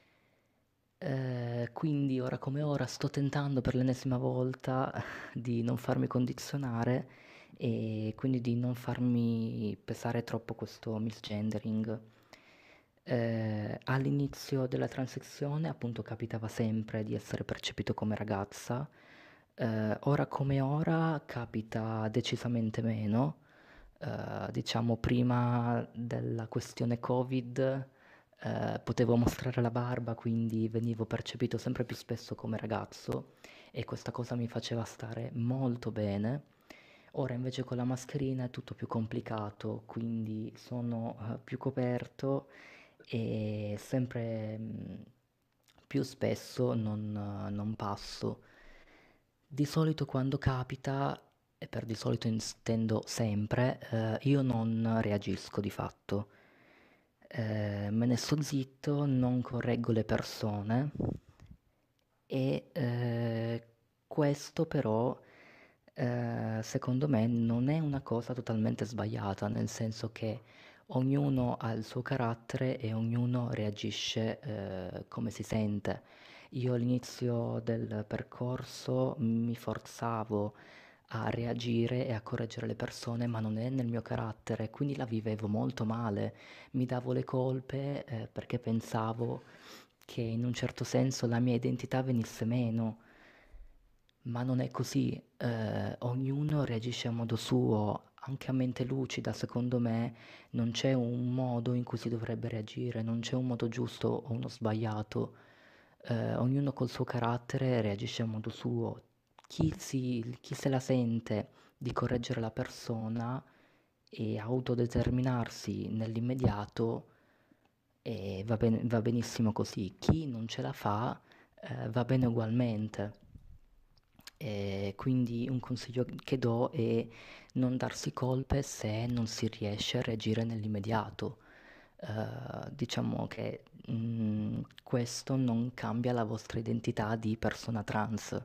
Eh, quindi ora come ora sto tentando per l'ennesima volta di non farmi condizionare e quindi di non farmi pesare troppo questo misgendering. Eh, all'inizio della transizione appunto capitava sempre di essere percepito come ragazza, eh, ora come ora capita decisamente meno. Eh, diciamo prima della questione Covid eh, potevo mostrare la barba, quindi venivo percepito sempre più spesso come ragazzo e questa cosa mi faceva stare molto bene. Ora invece con la mascherina è tutto più complicato, quindi sono eh, più coperto e sempre mm, più spesso non, eh, non passo. Di solito quando capita, e per di solito intendo sempre, eh, io non reagisco di fatto. Eh, me ne sto zitto, non correggo le persone e eh, questo però eh, secondo me non è una cosa totalmente sbagliata, nel senso che ognuno ha il suo carattere e ognuno reagisce eh, come si sente. Io all'inizio del percorso mi forzavo a reagire e a correggere le persone, ma non è nel mio carattere, quindi la vivevo molto male. Mi davo le colpe eh, perché pensavo che in un certo senso la mia identità venisse meno, ma non è così. Eh, ognuno reagisce a modo suo anche a mente lucida, secondo me, non c'è un modo in cui si dovrebbe reagire, non c'è un modo giusto o uno sbagliato. Eh, ognuno col suo carattere reagisce a modo suo. Chi si, chi se la sente di correggere la persona e autodeterminarsi nell'immediato, e va bene- va benissimo così. Chi non ce la fa, eh, va bene ugualmente. E quindi un consiglio che do è non darsi colpe se non si riesce a reagire nell'immediato. Eh, diciamo che mm, questo non cambia la vostra identità di persona trans.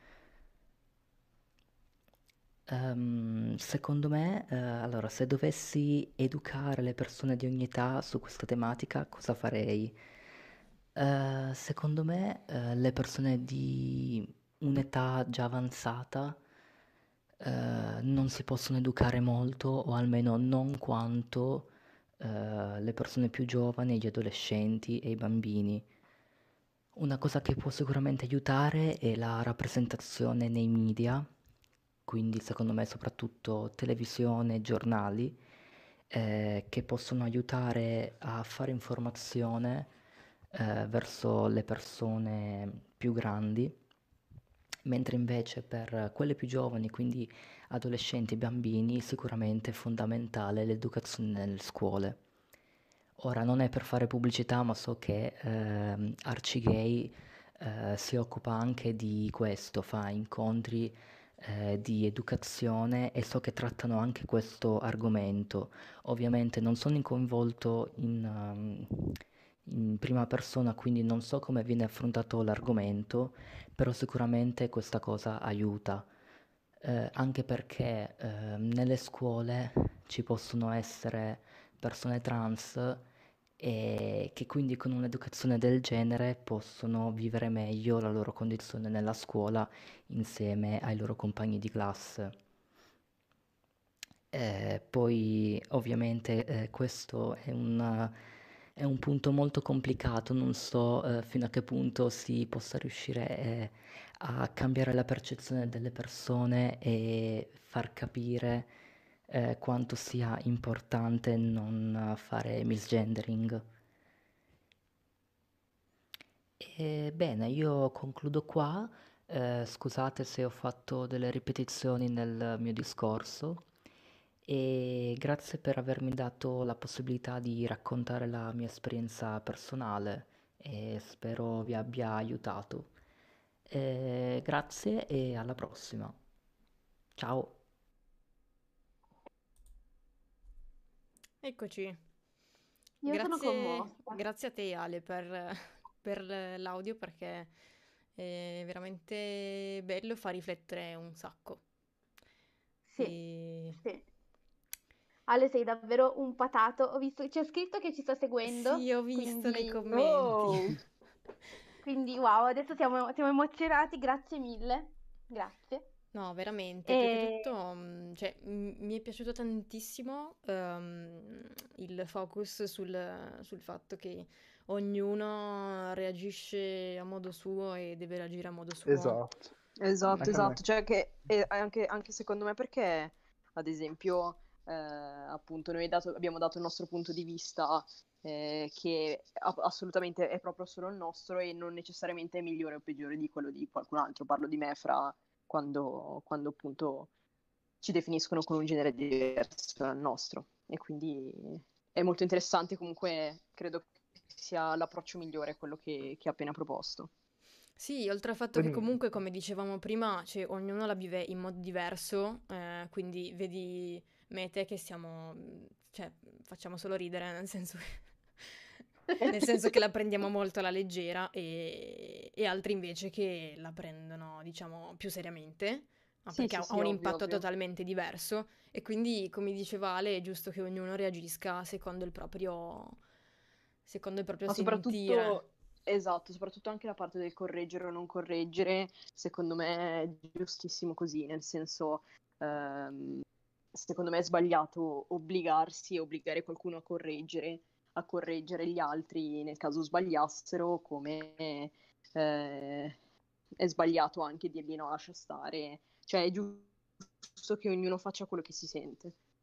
Ehm, secondo me, eh, allora, se dovessi educare le persone di ogni età su questa tematica, cosa farei? Eh, secondo me, eh, le persone di un'età già avanzata, eh, non si possono educare molto, o almeno non quanto, eh, le persone più giovani, gli adolescenti e i bambini. Una cosa che può sicuramente aiutare è la rappresentazione nei media, quindi secondo me soprattutto televisione e giornali, eh, che possono aiutare a fare informazione, eh, verso le persone più grandi, mentre invece per quelle più giovani, quindi adolescenti e bambini, sicuramente è fondamentale l'educazione nelle scuole. Ora non è per fare pubblicità, ma so che ehm, Arcigay eh, si occupa anche di questo, fa incontri eh, di educazione e so che trattano anche questo argomento. Ovviamente non sono coinvolto in, um, in prima persona, quindi non so come viene affrontato l'argomento, però sicuramente questa cosa aiuta. Eh, anche perché eh, nelle scuole ci possono essere persone trans e che quindi con un'educazione del genere possono vivere meglio la loro condizione nella scuola insieme ai loro compagni di classe. Eh, poi ovviamente eh, questo è un, è un punto molto complicato, non so eh, fino a che punto si possa riuscire eh, a cambiare la percezione delle persone e far capire eh, quanto sia importante non fare misgendering. E bene, io concludo qua. Eh, scusate se ho fatto delle ripetizioni nel mio discorso e grazie per avermi dato la possibilità di raccontare la mia esperienza personale e spero vi abbia aiutato. Eh, grazie e alla prossima. Ciao. Eccoci. Io sono Grazie, commossa. grazie a te Ale per, per l'audio perché è veramente bello, fa riflettere un sacco. Sì, E... sì. Ale, sei davvero un patato. Ho visto, c'è scritto che ci sta seguendo, Sì, ho visto nei quindi, commenti. Oh! quindi wow, adesso siamo, siamo emozionati, grazie mille. Grazie. No, veramente, perché E tutto, mm, cioè, m- mi è piaciuto tantissimo ehm, il focus sul, sul fatto che ognuno reagisce a modo suo e deve reagire a modo suo. Esatto. Esatto, Anche a me. esatto, cioè che e anche, anche secondo me perché, ad esempio, eh, appunto noi dato- abbiamo dato il nostro punto di vista eh, che a- assolutamente è proprio solo il nostro e non necessariamente è migliore o peggiore di quello di qualcun altro. Parlo di me fra quando, quando appunto ci definiscono con un genere diverso dal nostro e quindi è molto interessante, comunque credo che sia l'approccio migliore quello che, che ha appena proposto. Sì, oltre al fatto che Quindi, comunque, come dicevamo prima, cioè, ognuno la vive in modo diverso, eh, quindi vedi me e te che stiamo, mm, cioè, facciamo solo ridere, nel senso che, nel senso che la prendiamo molto alla leggera e, e altri invece che la prendono, diciamo, più seriamente, ma Sì, perché sì, ha, ha sì, un ovvio, impatto ovvio. totalmente diverso e quindi, come diceva Ale, è giusto che ognuno reagisca secondo il proprio, secondo il proprio Ma sentire. soprattutto, esatto, soprattutto anche la parte del correggere o non correggere, secondo me è giustissimo così, nel senso, ehm, secondo me è sbagliato obbligarsi e obbligare qualcuno a correggere, a correggere gli altri nel caso sbagliassero, come eh, è sbagliato anche dirgli no, lascia stare, cioè è giusto che ognuno faccia quello che si sente.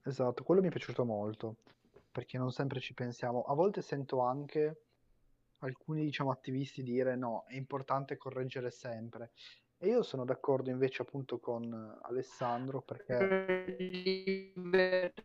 esatto, quello mi è piaciuto molto, perché non sempre ci pensiamo. A volte sento anche alcuni, diciamo, attivisti dire no, è importante correggere sempre. E io sono d'accordo invece appunto con eh, Alessandro perché... Libertà.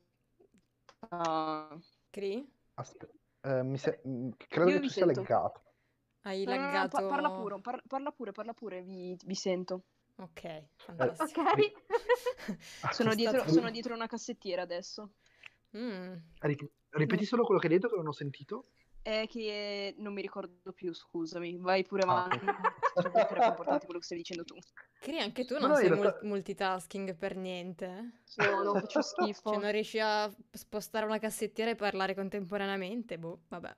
Cri? Aspe- eh, mi se- mm, credo Io che vi tu sia sento. laggato. Hai No, no, no, pa- parla laggato... pure, par- parla pure, parla pure, vi, vi sento. Ok, Eh, fantastico. Ok? ri- Sono È dietro, stato... sono dietro una cassettiera adesso. Mm. ri- ripeti solo quello che hai detto che non ho sentito? È che non mi ricordo più, scusami. Vai pure Ah, avanti, ok. perché era più importante quello che stai dicendo tu. Cri, anche tu Ma non no, in sei realtà... mul- multitasking per niente. eh? No, no, faccio Cioè, schifo. non riesci a spostare una cassettiera e parlare contemporaneamente? Boh, vabbè.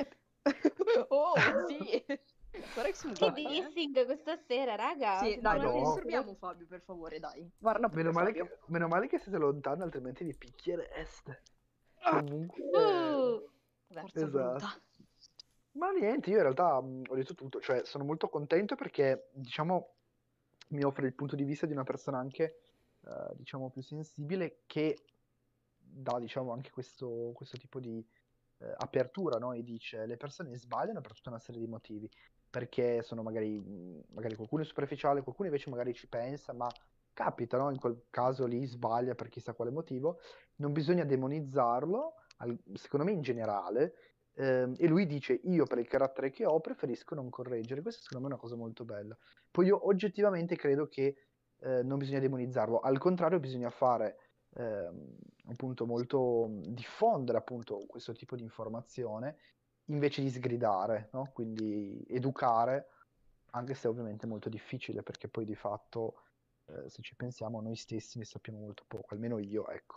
Oh, sì! Guarda che sono Che guai, eh. dissing questa sera, raga. Sì, dai, non no. disturbiamo Fabio, per favore, dai. Guarda pure, Meno male Fabio. che, meno male che siete lontani, altrimenti vi picchiereste. Comunque... Uh, Forza Esatto. bruta. Ma niente, io in realtà mh, ho detto tutto, cioè sono molto contento perché, diciamo, mi offre il punto di vista di una persona anche, eh, diciamo, più sensibile che dà, diciamo, anche questo, questo tipo di eh, apertura, no? E dice, le persone sbagliano per tutta una serie di motivi, perché sono magari, mh, magari qualcuno è superficiale, qualcuno invece magari ci pensa, ma capita, no? In quel caso lì sbaglia per chissà quale motivo, non bisogna demonizzarlo, al- secondo me in generale, ehm, e lui dice, io per il carattere che ho preferisco non correggere, questa secondo me è una cosa molto bella. Poi io oggettivamente credo che eh, non bisogna demonizzarlo, al contrario bisogna fare ehm, appunto molto diffondere appunto questo tipo di informazione invece di sgridare, no? Quindi educare, anche se ovviamente è molto difficile perché poi di fatto eh, se ci pensiamo noi stessi ne sappiamo molto poco, almeno io, ecco.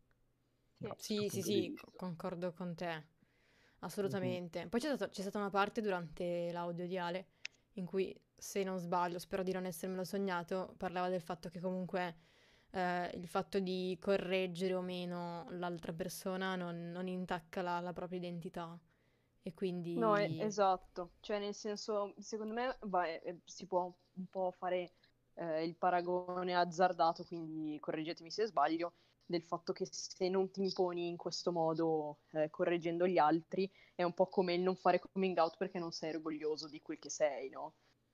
sì. da questo Sì, sì, punto di sì, co- vista. concordo con te. Mhm. Assolutamente. Poi c'è stato- c'è stata una parte durante l'audio di Ale in cui, se non sbaglio, spero di non essermelo sognato, parlava del fatto che comunque eh, il fatto di correggere o meno l'altra persona non, non intacca la, la propria identità. E No, è- quindi... esatto. Cioè, nel senso, secondo me va- eh, si può un po' fare eh, il paragone azzardato, quindi correggetemi se sbaglio, del fatto che se non ti imponi in questo modo, eh, correggendo gli altri, è un po' come il non fare coming out perché non sei orgoglioso di quel che sei, no?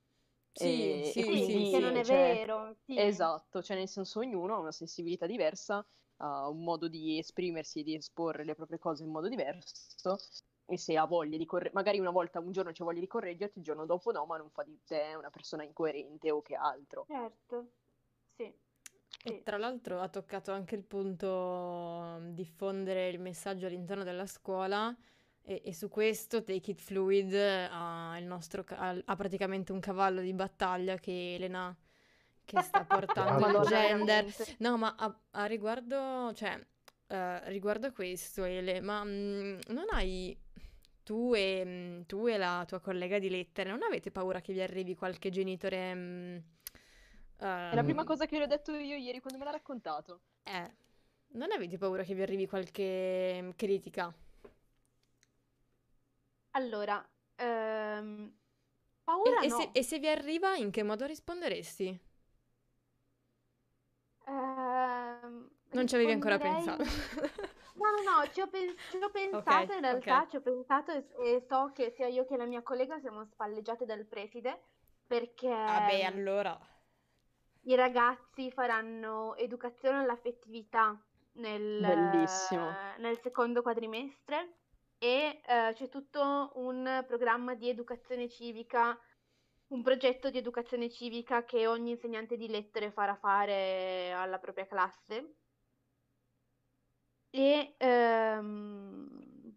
Sì, E, e sì, Sì, sì, che non quindi, è sì. cioè, vero, sì. esatto, cioè nel senso ognuno ha una sensibilità diversa, ha un modo di esprimersi e di esporre le proprie cose in modo diverso, e se ha voglia di correggere, magari una volta, un giorno c'è voglia di correggerti, il giorno dopo no, ma non fa di te una persona incoerente o che altro. Certo, sì, E sì. tra l'altro ha toccato anche il punto mm, diffondere il messaggio all'interno della scuola e, e su questo Take It Fluid ha, il nostro, ca- ha, ha praticamente un cavallo di battaglia che Elena che sta portando il Madonna, gender. veramente. No, ma a, a riguardo, cioè, eh, riguardo a questo, Ele, ma mm, non hai tu e, mm, tu e la tua collega di lettere, non avete paura che vi arrivi qualche genitore... mm, È la prima ehm, cosa che le ho detto io ieri quando me l'ha raccontato. eh, non avete paura che vi arrivi qualche mm, critica? Allora, ehm, E, paura e se, no. e se vi arriva, in che modo risponderesti? Ehm, Non ci avevi ancora risponderei... pensato. No, no, no, ci ho, pen- ci ho pensato Ok, in realtà, ok. ci ho pensato e, e so che sia io che la mia collega siamo spalleggiate dal preside perché Vabbè, mm, allora. i ragazzi faranno educazione all'affettività nel, Bellissimo. eh, nel secondo quadrimestre e eh, c'è tutto un programma di educazione civica, un progetto di educazione civica che ogni insegnante di lettere farà fare alla propria classe. E ehm,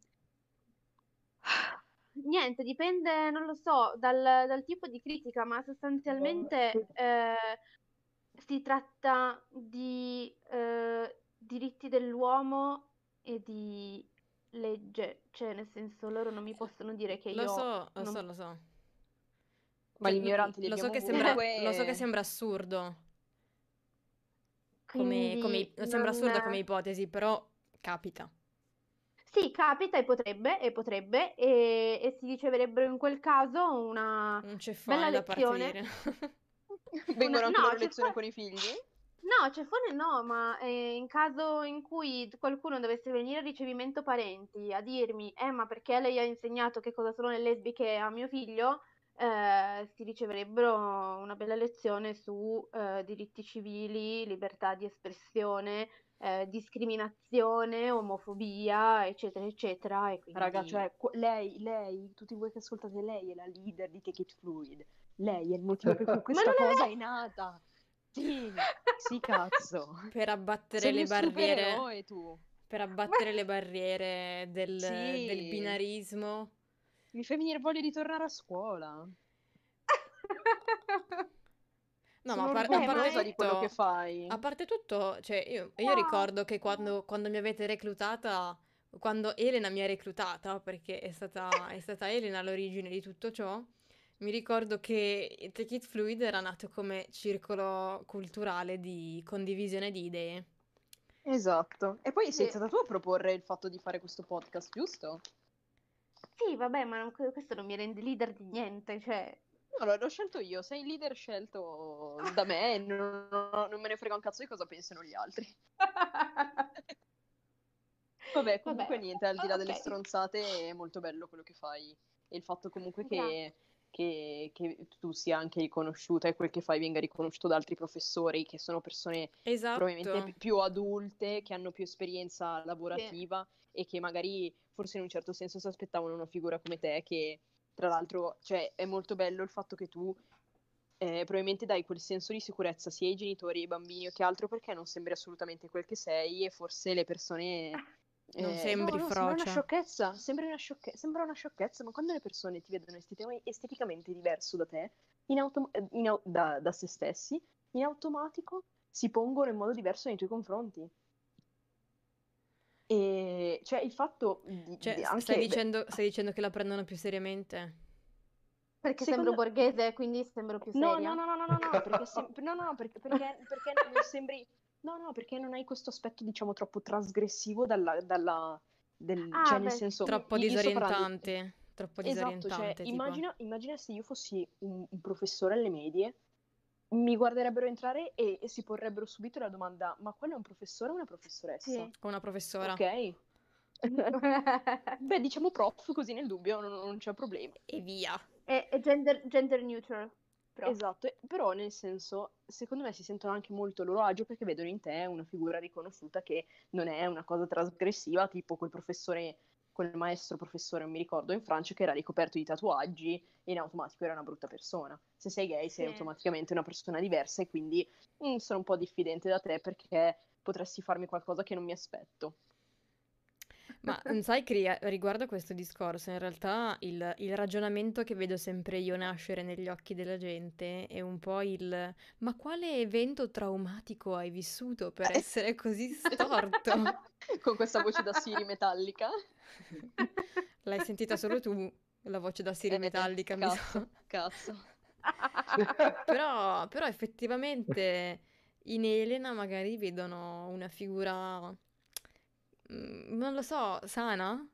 niente, dipende, non lo so, dal, dal tipo di critica, ma sostanzialmente eh, si tratta di eh, diritti dell'uomo e di legge, cioè nel senso loro non mi possono dire che Lo io so, lo so, non... lo so. Ma Cioè, gli n- ignoranti li lo so abbiamo che sembra, ovunque. lo so che sembra assurdo come, come Quindi i- sembra assurda come non... ipotesi, però capita. Sì, capita e potrebbe, e potrebbe, e, e si riceverebbero in quel caso una Un bella ceffone da lezione. partorire. Una... Vengono anche No, loro c'è lezione fa... con i figli? No, ceffone no, ma eh, in caso in cui qualcuno dovesse venire a ricevimento parenti a dirmi, eh, ma perché lei ha insegnato che cosa sono le lesbiche a mio figlio, eh, si riceverebbero una bella lezione su eh, diritti civili, libertà di espressione, eh, discriminazione, omofobia, eccetera, eccetera. E Raga, quindi cioè, qu- lei, lei, tutti voi che ascoltate, lei è la leader di Take It Fluid. Lei è il motivo per cui Ma questa non è cosa vero! è nata. Sì, sì, cazzo. Per abbattere Sei le un barriere, supereroe tu. per abbattere le barriere del, del Sì, binarismo. mi fai venire voglia di tornare a scuola. No, ma Sono a, par- a Eh, ma parte orgogliosa di quello che tutto, a fai. parte tutto, cioè io, io wow. ricordo che quando, quando mi avete reclutata, quando Elena mi ha reclutata, perché è stata, è stata Elena l'origine di tutto ciò, mi ricordo che Take It Fluid era nato come circolo culturale di condivisione di idee. Esatto. E poi sei Sì. stata tu a proporre il fatto di fare questo podcast, giusto? Sì, vabbè, ma non- questo non mi rende leader di niente, cioè... Allora, l'ho scelto io, sei il leader scelto da me e non, non me ne frega un cazzo di cosa pensano gli altri. Vabbè, comunque Vabbè, niente, al di là delle ok. stronzate è molto bello quello che fai e il fatto comunque Grazie. che, che- che tu sia anche riconosciuta e quel che fai venga riconosciuto da altri professori che sono persone probabilmente Esatto. pi- più adulte, che hanno più esperienza Sì. lavorativa e che magari forse in un certo senso si aspettavano una figura come te che tra l'altro, cioè, è molto bello il fatto che tu eh, probabilmente dai quel senso di sicurezza sia ai genitori, ai bambini o che altro perché non sembri assolutamente quel che sei e forse le persone... Non eh, sembri no, no, sembra una frocia. sciocchezza, sembra una, sciocche- sembra una sciocchezza, ma quando le persone ti vedono esteti- esteticamente diverso da te, in autom- eh, in au- da, da se stessi, in automatico si pongono in modo diverso nei tuoi confronti. E cioè il fatto di, Cioè, di s- stai anche... beh, dicendo, stai dicendo che la prendono più seriamente? Perché secondo... sembro borghese, quindi sembro più No, seria? no, no, no, no, no, no, perché, sem- no, no, perché, perché, perché non sembri... No, no, perché non hai questo aspetto, diciamo, troppo trasgressivo dalla, dalla, del, cioè Ah, nel beh, senso, sì. Troppo io, io sto parlando... disorientante. Troppo Esatto, cioè, disorientante, tipo. immagina, immagina se io fossi un, un professore alle medie, mi guarderebbero entrare e, e si porrebbero subito la domanda, ma quello è un professore o una professoressa? Sì. Con una professora. Ok? Beh, diciamo prof, così nel dubbio non, non c'è problema. E via. È, è gender, gender neutral. Però. Esatto, e- però nel senso, secondo me si sentono anche molto a loro agio perché vedono in te una figura riconosciuta che non è una cosa trasgressiva, tipo quel professore, quel maestro professore, non mi ricordo, in Francia che era ricoperto di tatuaggi e in automatico era una brutta persona. Se sei gay sei Sì. automaticamente una persona diversa e quindi mm, sono un po' diffidente da te perché potresti farmi qualcosa che non mi aspetto. Ma mm, sai che ri- riguardo a questo discorso, in realtà il, il ragionamento che vedo sempre io nascere negli occhi della gente è un po' il ma quale evento traumatico hai vissuto per essere così storto? Con questa voce da Siri metallica. L'hai sentita solo tu, la voce da Siri Eh, metallica, mi cazzo, sa. cazzo. Però, però effettivamente in Elena magari vedono una figura, mm, non lo so, sana?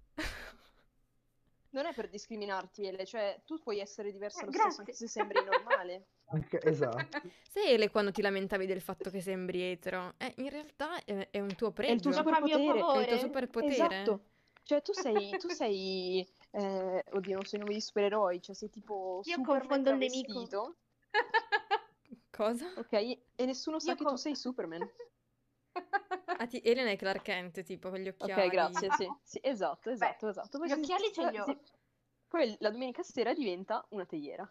Non è per discriminarti, Ele, cioè tu puoi essere diversa Eh, lo stesso grazie. anche se sembri normale. Anche- esatto. Sai Ele quando ti lamentavi del fatto che sembri etero? Eh, in realtà è, è un tuo È il tuo pregio, Gioca a mio superpotere. è il tuo favore. superpotere. Esatto. Cioè tu sei, tu sei, eh, oddio, non so i nomi di supereroi, cioè sei tipo Io Superman confondo il nemico. travestito, Cosa? ok? E nessuno sa Io che con- tu sei Superman. Ah, ti- Elena è Clark Kent, tipo con gli Ok, occhiali. grazie, sì, sì, esatto, esatto, Beh, esatto. Poi gli si- occhiali ce li ho. si- Poi la domenica sera diventa una teiera.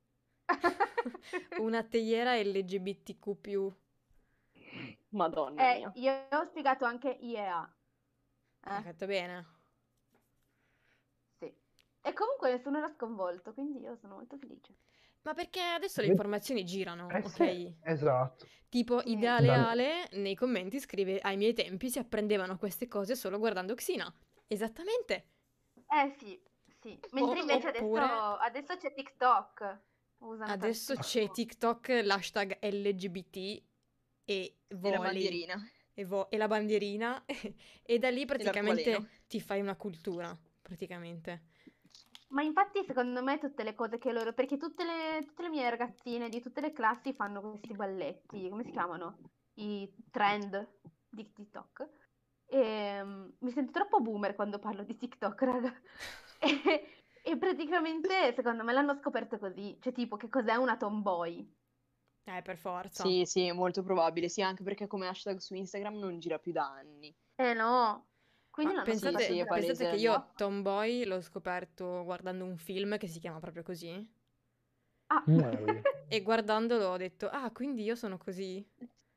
Una teiera L G B T Q più. Madonna Eh, mia. io ho spiegato anche I E A. Hai Eh, fatto bene. sì. E comunque nessuno l'ha sconvolto, quindi io sono molto felice. Ma perché adesso le informazioni girano, Eh ok? sì, esatto. Tipo, Sì. Ideale Dal- Ale nei commenti scrive: ai miei tempi si apprendevano queste cose solo guardando Xina. Esattamente. Eh sì, sì. Mentre O- invece oppure- adesso, adesso c'è TikTok. Usano Adesso tantissimo. c'è TikTok, l'hashtag L G B T e E la voli. bandierina. E, vo- e la bandierina. E da lì praticamente l'arcobaleno. ti fai una cultura, praticamente. Ma infatti secondo me tutte le cose che loro... Perché tutte le, tutte le mie ragazzine di tutte le classi fanno questi balletti, come si chiamano? i trend di TikTok. E mm, mi sento troppo boomer quando parlo di TikTok, raga. E, e praticamente, secondo me, l'hanno scoperto così. Cioè, tipo, che cos'è una tomboy? Eh, per forza. Sì, sì, molto probabile, sì, anche perché come hashtag su Instagram non gira più da anni. Eh no. Quindi Ma l'hanno Sì, scoperto pensate, sì, è grazie pensate palese. che a io WhatsApp. Tomboy l'ho scoperto guardando un film che si chiama proprio così. Ah. Mary. E guardandolo ho detto, ah, quindi io sono così.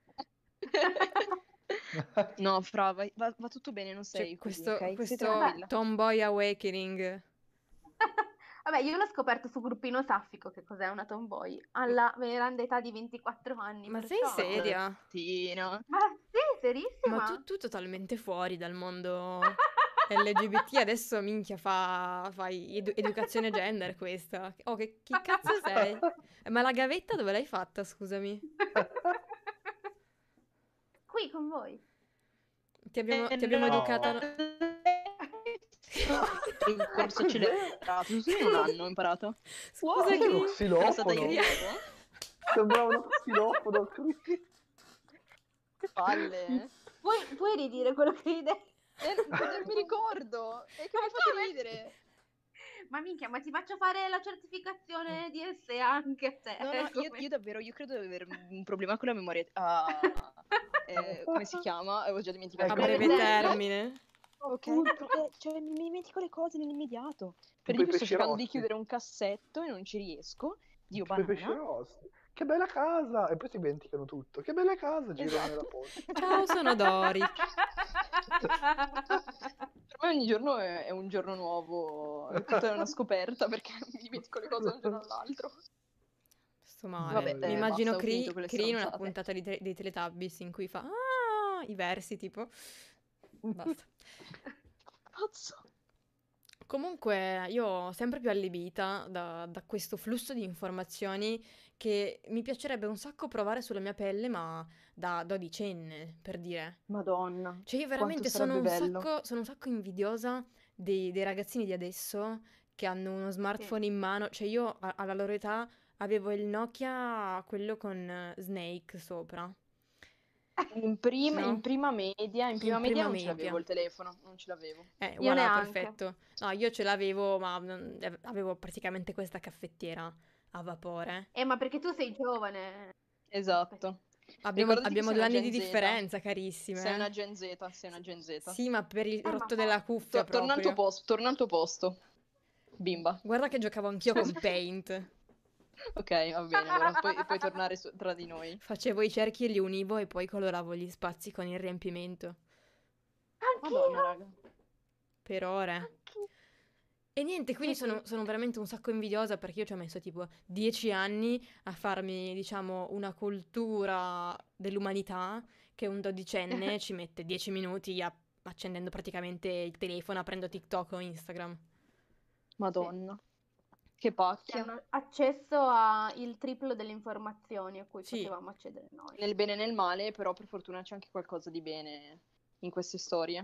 No, Fra, vai- va, va tutto bene, non C'è sei così, questo, ok? Stai questo tranquilla. Tomboy Awakening. Vabbè, io l'ho scoperto su Gruppino Saffico che cos'è una tomboy alla grande età di ventiquattro anni, Ma sei perciò... seria? Tina. Ma sì, Ma serissima? tu, tu totalmente fuori dal mondo L G B T, adesso minchia fa, fai edu- educazione gender questa. Oh, che, chi cazzo sei? Ma la gavetta dove l'hai fatta, scusami? Qui con voi. Ti abbiamo, ti Eh, abbiamo no. educata... Il corso Cos'è? accelerato, giusto in un anno ho imparato. Scusa, Cos'è uno Cri. Ero stata xilofono? io di nuovo. Sembrava uno xilofono. Che palle. eh. Puoi, puoi ridire quello che hai detto? Eh, non mi ricordo. E che Ma mi fate come? ridere? Ma minchia, ma ti faccio fare la certificazione D S anche a te. No, no, io, come- io davvero, io credo di avere un problema con la memoria. Ah, eh, come si chiama? Avevo già dimenticato. A Ecco, breve breve termine. termine. Ok, appunto. perché cioè, mi, mi dimentico le cose nell'immediato. Per Tipo di i più sto pesci cercando di rossi. chiudere un cassetto e non ci riesco. Dio Tipo i pesci banana. rossi. Che bella casa! E poi si dimenticano tutto. Che bella casa! Girano nella Esatto. posta. Ciao, sono Dori. Per me ogni giorno è, è un giorno nuovo, è tutta una scoperta perché mi dimentico le cose da un giorno all'altro. Sto male. Vabbè, Mi eh, immagino basta, ho finito Cri, con le Cri in una stronzate. puntata di te- dei Teletubbies in cui fa ah, i versi tipo. Basta. Cazzo. Comunque io sempre più allibita da, da questo flusso di informazioni che mi piacerebbe un sacco provare sulla mia pelle, ma da dodicenne, per dire. Madonna, Cioè io quanto veramente sono sarebbe un bello. sacco, sono un sacco invidiosa dei, dei ragazzini di adesso che hanno uno Sì. smartphone in mano. Cioè io a- alla loro età avevo il Nokia, quello con eh, Snake sopra, In prima, in no? prima media, in prima In media prima non ce l'avevo media. il telefono, non ce l'avevo. Eh, Io voilà, neanche. perfetto. No, io ce l'avevo, ma non- eh, avevo praticamente questa caffettiera a vapore. Eh, ma perché tu sei giovane. Esatto. Abbiamo, Ricordati che abbiamo sei due una anni di Gen Z. differenza, carissime. Sei una eh. Gen Z, sei una Gen Z. Sì, ma per il Eh, ma rotto fa- della cuffia To- torna al tuo proprio. posto, torna al tuo posto. Bimba. Guarda che giocavo anch'io con Paint. Ok, va bene, allora puoi, puoi tornare su- tra di noi. Facevo i cerchi e li univo e poi coloravo gli spazi con il riempimento. Madonna, Anch'io. raga. Per ore. Anch'io. E niente, quindi Sì, sì. sono, sono veramente un sacco invidiosa perché io ci ho messo tipo dieci anni a farmi, diciamo, una cultura dell'umanità che un dodicenne ci mette dieci minuti a- accendendo praticamente il telefono, aprendo TikTok o Instagram. Madonna. Che Che pacchia. hanno accesso al triplo delle informazioni a cui Sì. potevamo accedere noi. Nel bene e nel male, però per fortuna c'è anche qualcosa di bene in queste storie.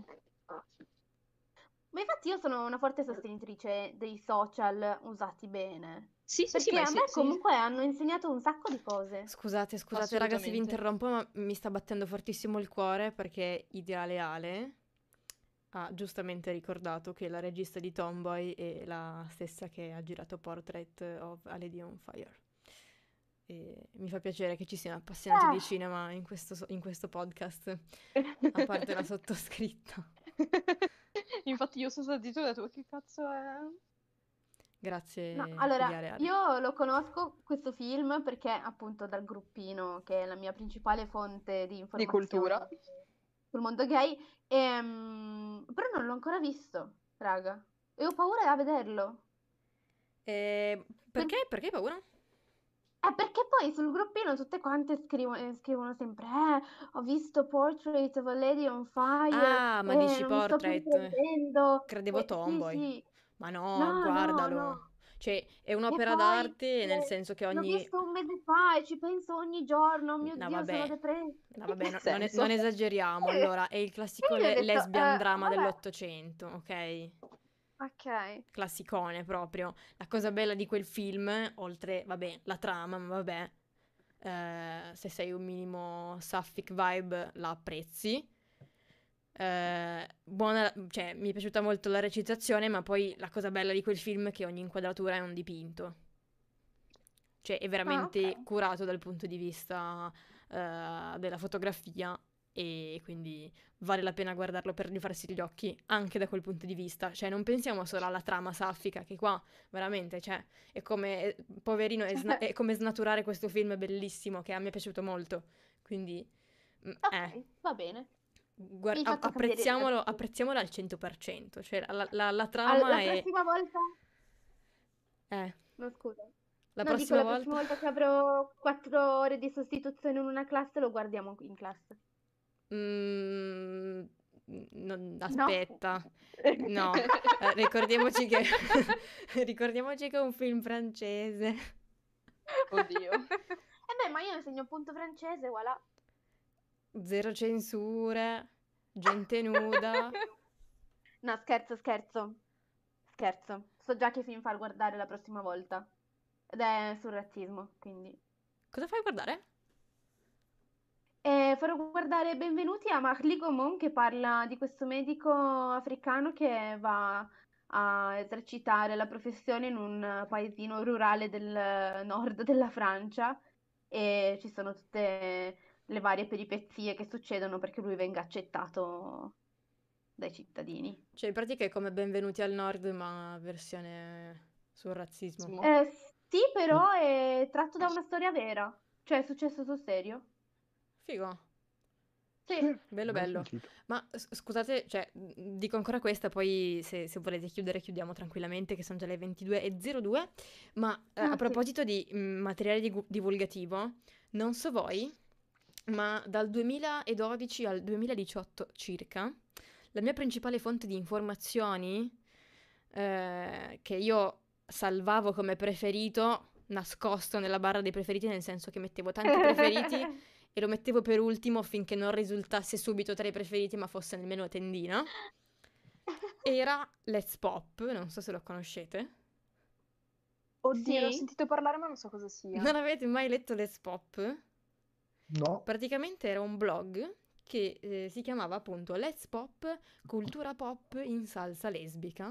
Ma infatti io sono una forte sostenitrice dei social usati bene. Sì, sì, sì, Perché ma a sì, me sì, comunque hanno insegnato un sacco di cose. Scusate, scusate ragazzi, vi assolutamente. interrompo, ma mi sta battendo fortissimo il cuore perché Ideale Ale ha giustamente ricordato che la regista di Tomboy è la stessa che ha girato Portrait of a Lady on Fire. E mi fa piacere che ci siano appassionati di Eh. cinema in questo, in questo podcast, a parte la sottoscritta. Infatti io sono stata zitto e ho detto, "Ma che cazzo è?" Grazie, No, allora, Ideale Ale. io lo conosco questo film perché appunto dal gruppino, che è la mia principale fonte di Di cultura. informazioni sul mondo gay, ehm, però non l'ho ancora visto, raga. E ho paura a vederlo. Eh, perché? Perché hai paura? Eh, perché poi sul gruppino tutte quante scrivo- eh, scrivono sempre eh, ho visto Portrait of a Lady on Fire, Ah, ma eh, dici non mi sto più Portrait? riprendendo. Credevo Eh, sì, Tomboy. sì. Ma no, No, no, guardalo. no. Cioè, è E un'opera poi d'arte nel eh, senso che l'ho ogni... visto un mese fa e ci penso ogni giorno, oh mio No, Dio, sono vabbè. depressa. No, vabbè, no- Che non, e- senso? non esageriamo. Eh, Allora, è il e classico io ho le- detto, lesbian eh, drama vabbè, dell'Ottocento, ok? ok. Classicone proprio. La cosa bella di quel film, oltre, vabbè, la trama, ma vabbè, eh, se sei un minimo sapphic vibe la apprezzi. Eh, buona, cioè, mi è piaciuta molto la recitazione, ma poi la cosa bella di quel film è che ogni inquadratura è un dipinto. Cioè, è Ah, veramente ok. curato dal punto di vista eh, della fotografia e quindi vale la pena guardarlo per rifarsi gli occhi anche da quel punto di vista. Cioè, non pensiamo solo alla trama saffica, che qua veramente, cioè, è come, poverino, è, sna- è come snaturare questo film bellissimo che a me è piaciuto molto. Quindi, mm, eh, Ok, va bene. guar- Mi hai a- fatto cambiare apprezziamolo, idea. apprezziamolo al cento per cento. Cioè, la, la- la Al- trama La è... prossima volta... Eh, No, scusa. la No, dico prossima la prossima volta... volta che avrò quattro ore di sostituzione in una classe lo guardiamo in classe. Mm, non- No? aspetta, no, eh, ricordiamoci che ricordiamoci che è un film francese. Oddio. E beh, ma io insegno appunto francese, voilà. Zero censure, gente nuda. No, scherzo, scherzo. Scherzo. So già che film far guardare la prossima volta. Ed è sul razzismo, quindi. Cosa fai a guardare? E farò guardare Benvenuti a Marly Gaumont che parla di questo medico africano che va a esercitare la professione in un paesino rurale del nord della Francia e ci sono tutte le varie peripezie che succedono perché lui venga accettato dai cittadini. Cioè, in pratica è come Benvenuti al Nord, ma versione sul razzismo. Simo. Eh, sì, però è tratto da una storia vera, cioè è successo sul serio. Figo, Sì. Sì, bello mai bello. sentito. Ma s- scusate, cioè, mh, dico ancora questa, poi se, se volete chiudere chiudiamo tranquillamente, che sono già le ventidue e zero due. Ma eh, Ah, a sì. proposito di mh, materiale digu- divulgativo, non so voi, ma dal duemiladodici al duemiladiciotto circa, la mia principale fonte di informazioni, eh, che io salvavo come preferito, nascosto nella barra dei preferiti, nel senso che mettevo tanti preferiti e lo mettevo per ultimo finché non risultasse subito tra i preferiti, ma fosse nemmeno tendina, era Let's Pop, non so se lo conoscete. Oddio, l'ho Sì? sentito parlare ma non so cosa sia. Non avete mai letto Let's Pop? No, Praticamente era un blog che eh, si chiamava appunto Let's Pop, cultura pop in salsa lesbica.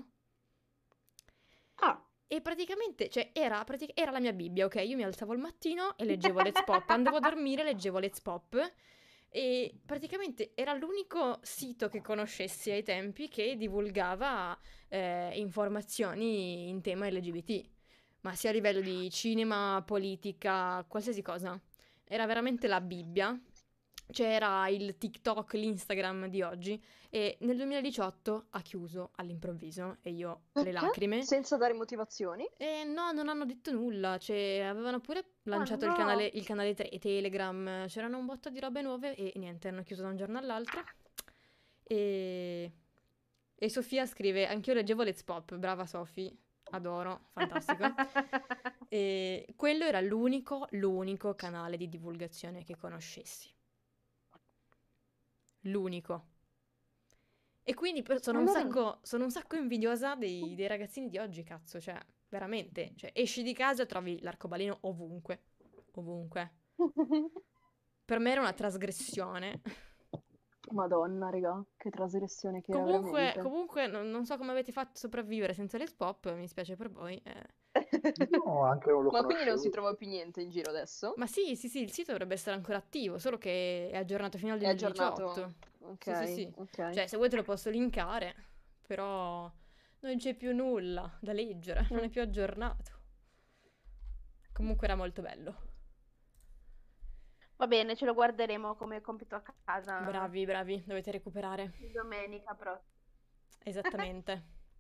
Ah. E praticamente, cioè, era, pratic- era la mia Bibbia, ok? Io mi alzavo al mattino e leggevo Let's Pop, andavo a dormire e leggevo Let's Pop. E praticamente era l'unico sito che conoscessi ai tempi che divulgava eh, informazioni in tema L G B T, ma sia a livello di cinema, politica, qualsiasi cosa. Era veramente la Bibbia. C'era il TikTok, l'Instagram di oggi e nel duemiladiciotto ha chiuso all'improvviso e io le Perché? lacrime. Senza dare motivazioni? E no, non hanno detto nulla, cioè avevano pure lanciato il no. canale, il canale tre- Telegram, c'erano un botto di robe nuove e niente, hanno chiuso da un giorno all'altro. E, e Sofia scrive, anch'io leggevo Let's Pop, brava Sofì, adoro, fantastico. E quello era l'unico, l'unico canale di divulgazione che conoscessi. L'unico. E quindi per- sono un Allora- sacco, sono un sacco invidiosa dei, dei ragazzini di oggi, cazzo, cioè, veramente, cioè, esci di casa e trovi l'arcobaleno ovunque, ovunque. Per me era una trasgressione. Madonna, raga, che trasgressione che era Comunque, veramente. comunque non, non so come avete fatto a sopravvivere senza Let's Pop, mi spiace per voi. eh. no, anche non lo Ma quindi non si conoscevo. trova più niente in giro adesso? Ma sì, sì, sì, il sito dovrebbe essere ancora attivo, solo che è aggiornato fino al È aggiornato? duemiladiciotto. Ok, Sì, sì, sì. ok. Cioè, se vuoi te lo posso linkare, però non c'è più nulla da leggere, non è Mm. più aggiornato. Comunque era molto bello. Va bene, ce lo guarderemo come compito a casa. Bravi, bravi, dovete recuperare. Domenica prossima. Esattamente.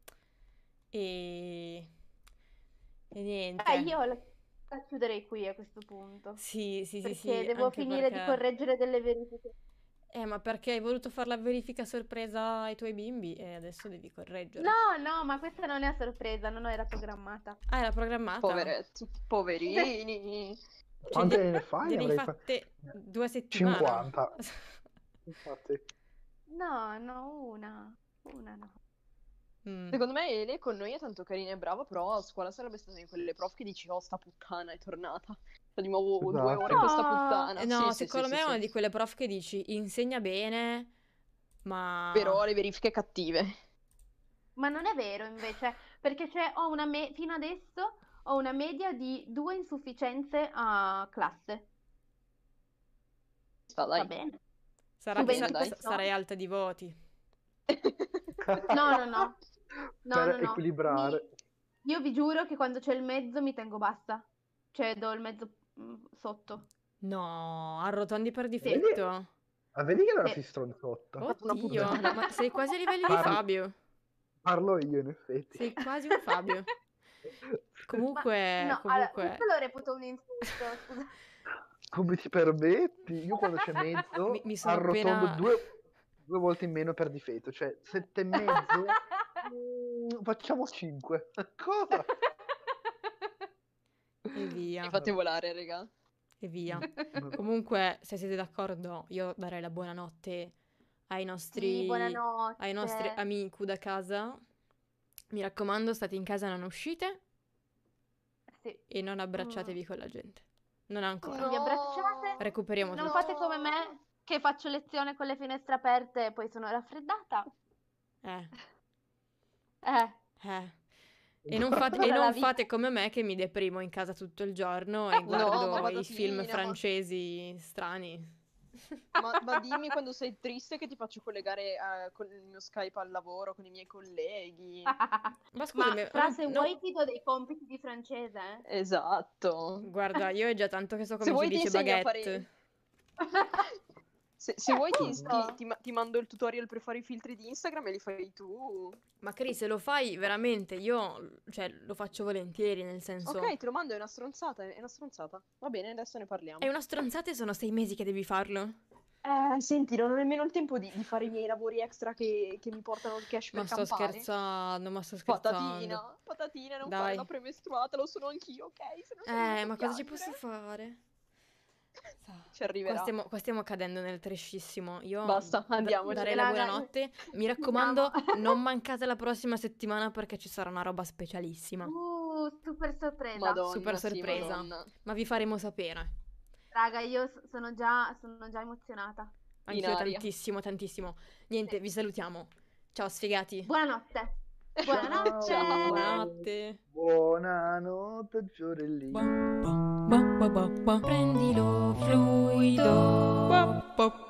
E... E niente. Eh, io la, la chiuderei qui a questo punto. Sì, sì, sì, Perché sì, devo anche finire di perché... correggere delle verifiche. Eh, ma perché hai voluto fare la verifica sorpresa ai tuoi bimbi e adesso devi correggere. No, no, ma questa non è a sorpresa, non era programmata. Ah, era programmata? Poveretti, poverini. Cioè, Quante gli- ne fai? gliene hai Avrei fa- fatte due settimane. cinquanta. Infatti, No, no, una. Una no. Mm. Secondo me Ele con noi è tanto carina e brava, però a scuola sarebbe stata di quelle prof che dici, oh, sta puttana è tornata. di nuovo due Esatto. ore questa No. puttana. Eh, No, Sì, sì, secondo sì, me sì, è una sì. di quelle prof che dici insegna bene, ma... Però le verifiche cattive. Ma non è vero invece, perché c'è, ho una me- fino adesso ho una media di due insufficienze a classe. Sta, Va dai. bene. Sarà Su che bene, sa- dai. sa- sarai alta di voti. No, no, no. No, Per no, no. equilibrare. Mi- Io vi giuro che quando c'è il mezzo mi tengo bassa. Cioè do il mezzo mm, sotto. No, arrotondi per Vedi? difetto. Ah, vedi che allora Sì. sei stronzotta. Una Oddio, puttana. ma sei quasi ai livelli di Parlo- Fabio. Parlo io, in effetti. Sei quasi un Fabio. Comunque, No, allora, comunque... questo lo reputo un insulto, scusa. Come ti permetti? Io quando c'è mezzo Mi- mi sono arrotondo appena- due, due volte in meno per difetto, cioè sette e mezzo. mm, facciamo cinque. Cosa? E via, Mi fate volare, raga. e via. Comunque, se siete d'accordo, io darei la buonanotte ai nostri, Sì, buonanotte. ai nostri amici da casa. Mi raccomando, state in casa, non uscite Sì. e non abbracciatevi con la gente. Non ancora. Non vi abbracciate. Recuperiamo Non tutto. fate come me, che faccio lezione con le finestre aperte e poi sono raffreddata. Eh, Eh. eh. E non, fate, e Tutta la non vita. fate come me che mi deprimo in casa tutto il giorno e No, guardo ma i film patatina, ma- francesi strani. Ma, ma dimmi quando sei triste che ti faccio collegare eh, con il mio Skype al lavoro, con i miei colleghi. Ma scusami, Ma Fra, non- se non- vuoi ti do dei compiti di francese, eh? Esatto. guarda, io è già tanto che so Se come si vuoi ti dice insegno a baguette. fare... Se, se vuoi ti, Appunto. ti- ti ma- ti mando il tutorial per fare i filtri di Instagram e li fai tu. Ma Cris, se lo fai veramente, io cioè, lo faccio volentieri, nel senso... Ok, te lo mando, è una stronzata, è una stronzata. Va bene, adesso ne parliamo. È una stronzata e sono sei mesi che devi farlo. Eh, senti, non ho nemmeno il tempo di, di fare i miei lavori extra che, che mi portano il cash per Ma sto campare. scherzando, ma sto scherzando. Patatina, patatina, non Dai. fare la premestruata, lo sono anch'io, ok? Se no sono Eh, venuto ma a cosa ci piangere. posso fare? Ci arriverà. Qua stiamo, qua stiamo cadendo nel trashissimo. Io Basta, da- andiamoci. darei la Raga, buonanotte. Mi ci raccomando, siamo. non mancate la prossima settimana perché ci sarà una roba specialissima. Uh, super sorpresa. Madonna, Super sì, sorpresa. Madonna. Ma vi faremo sapere. Raga, io s- sono già, sono già emozionata. Anch'io aria. tantissimo, tantissimo. Niente, vi salutiamo. Ciao sfigati. Buonanotte. Buonanotte. Ciao. Buonanotte. Buonanotte, Fiorellino. Prendilo fluido.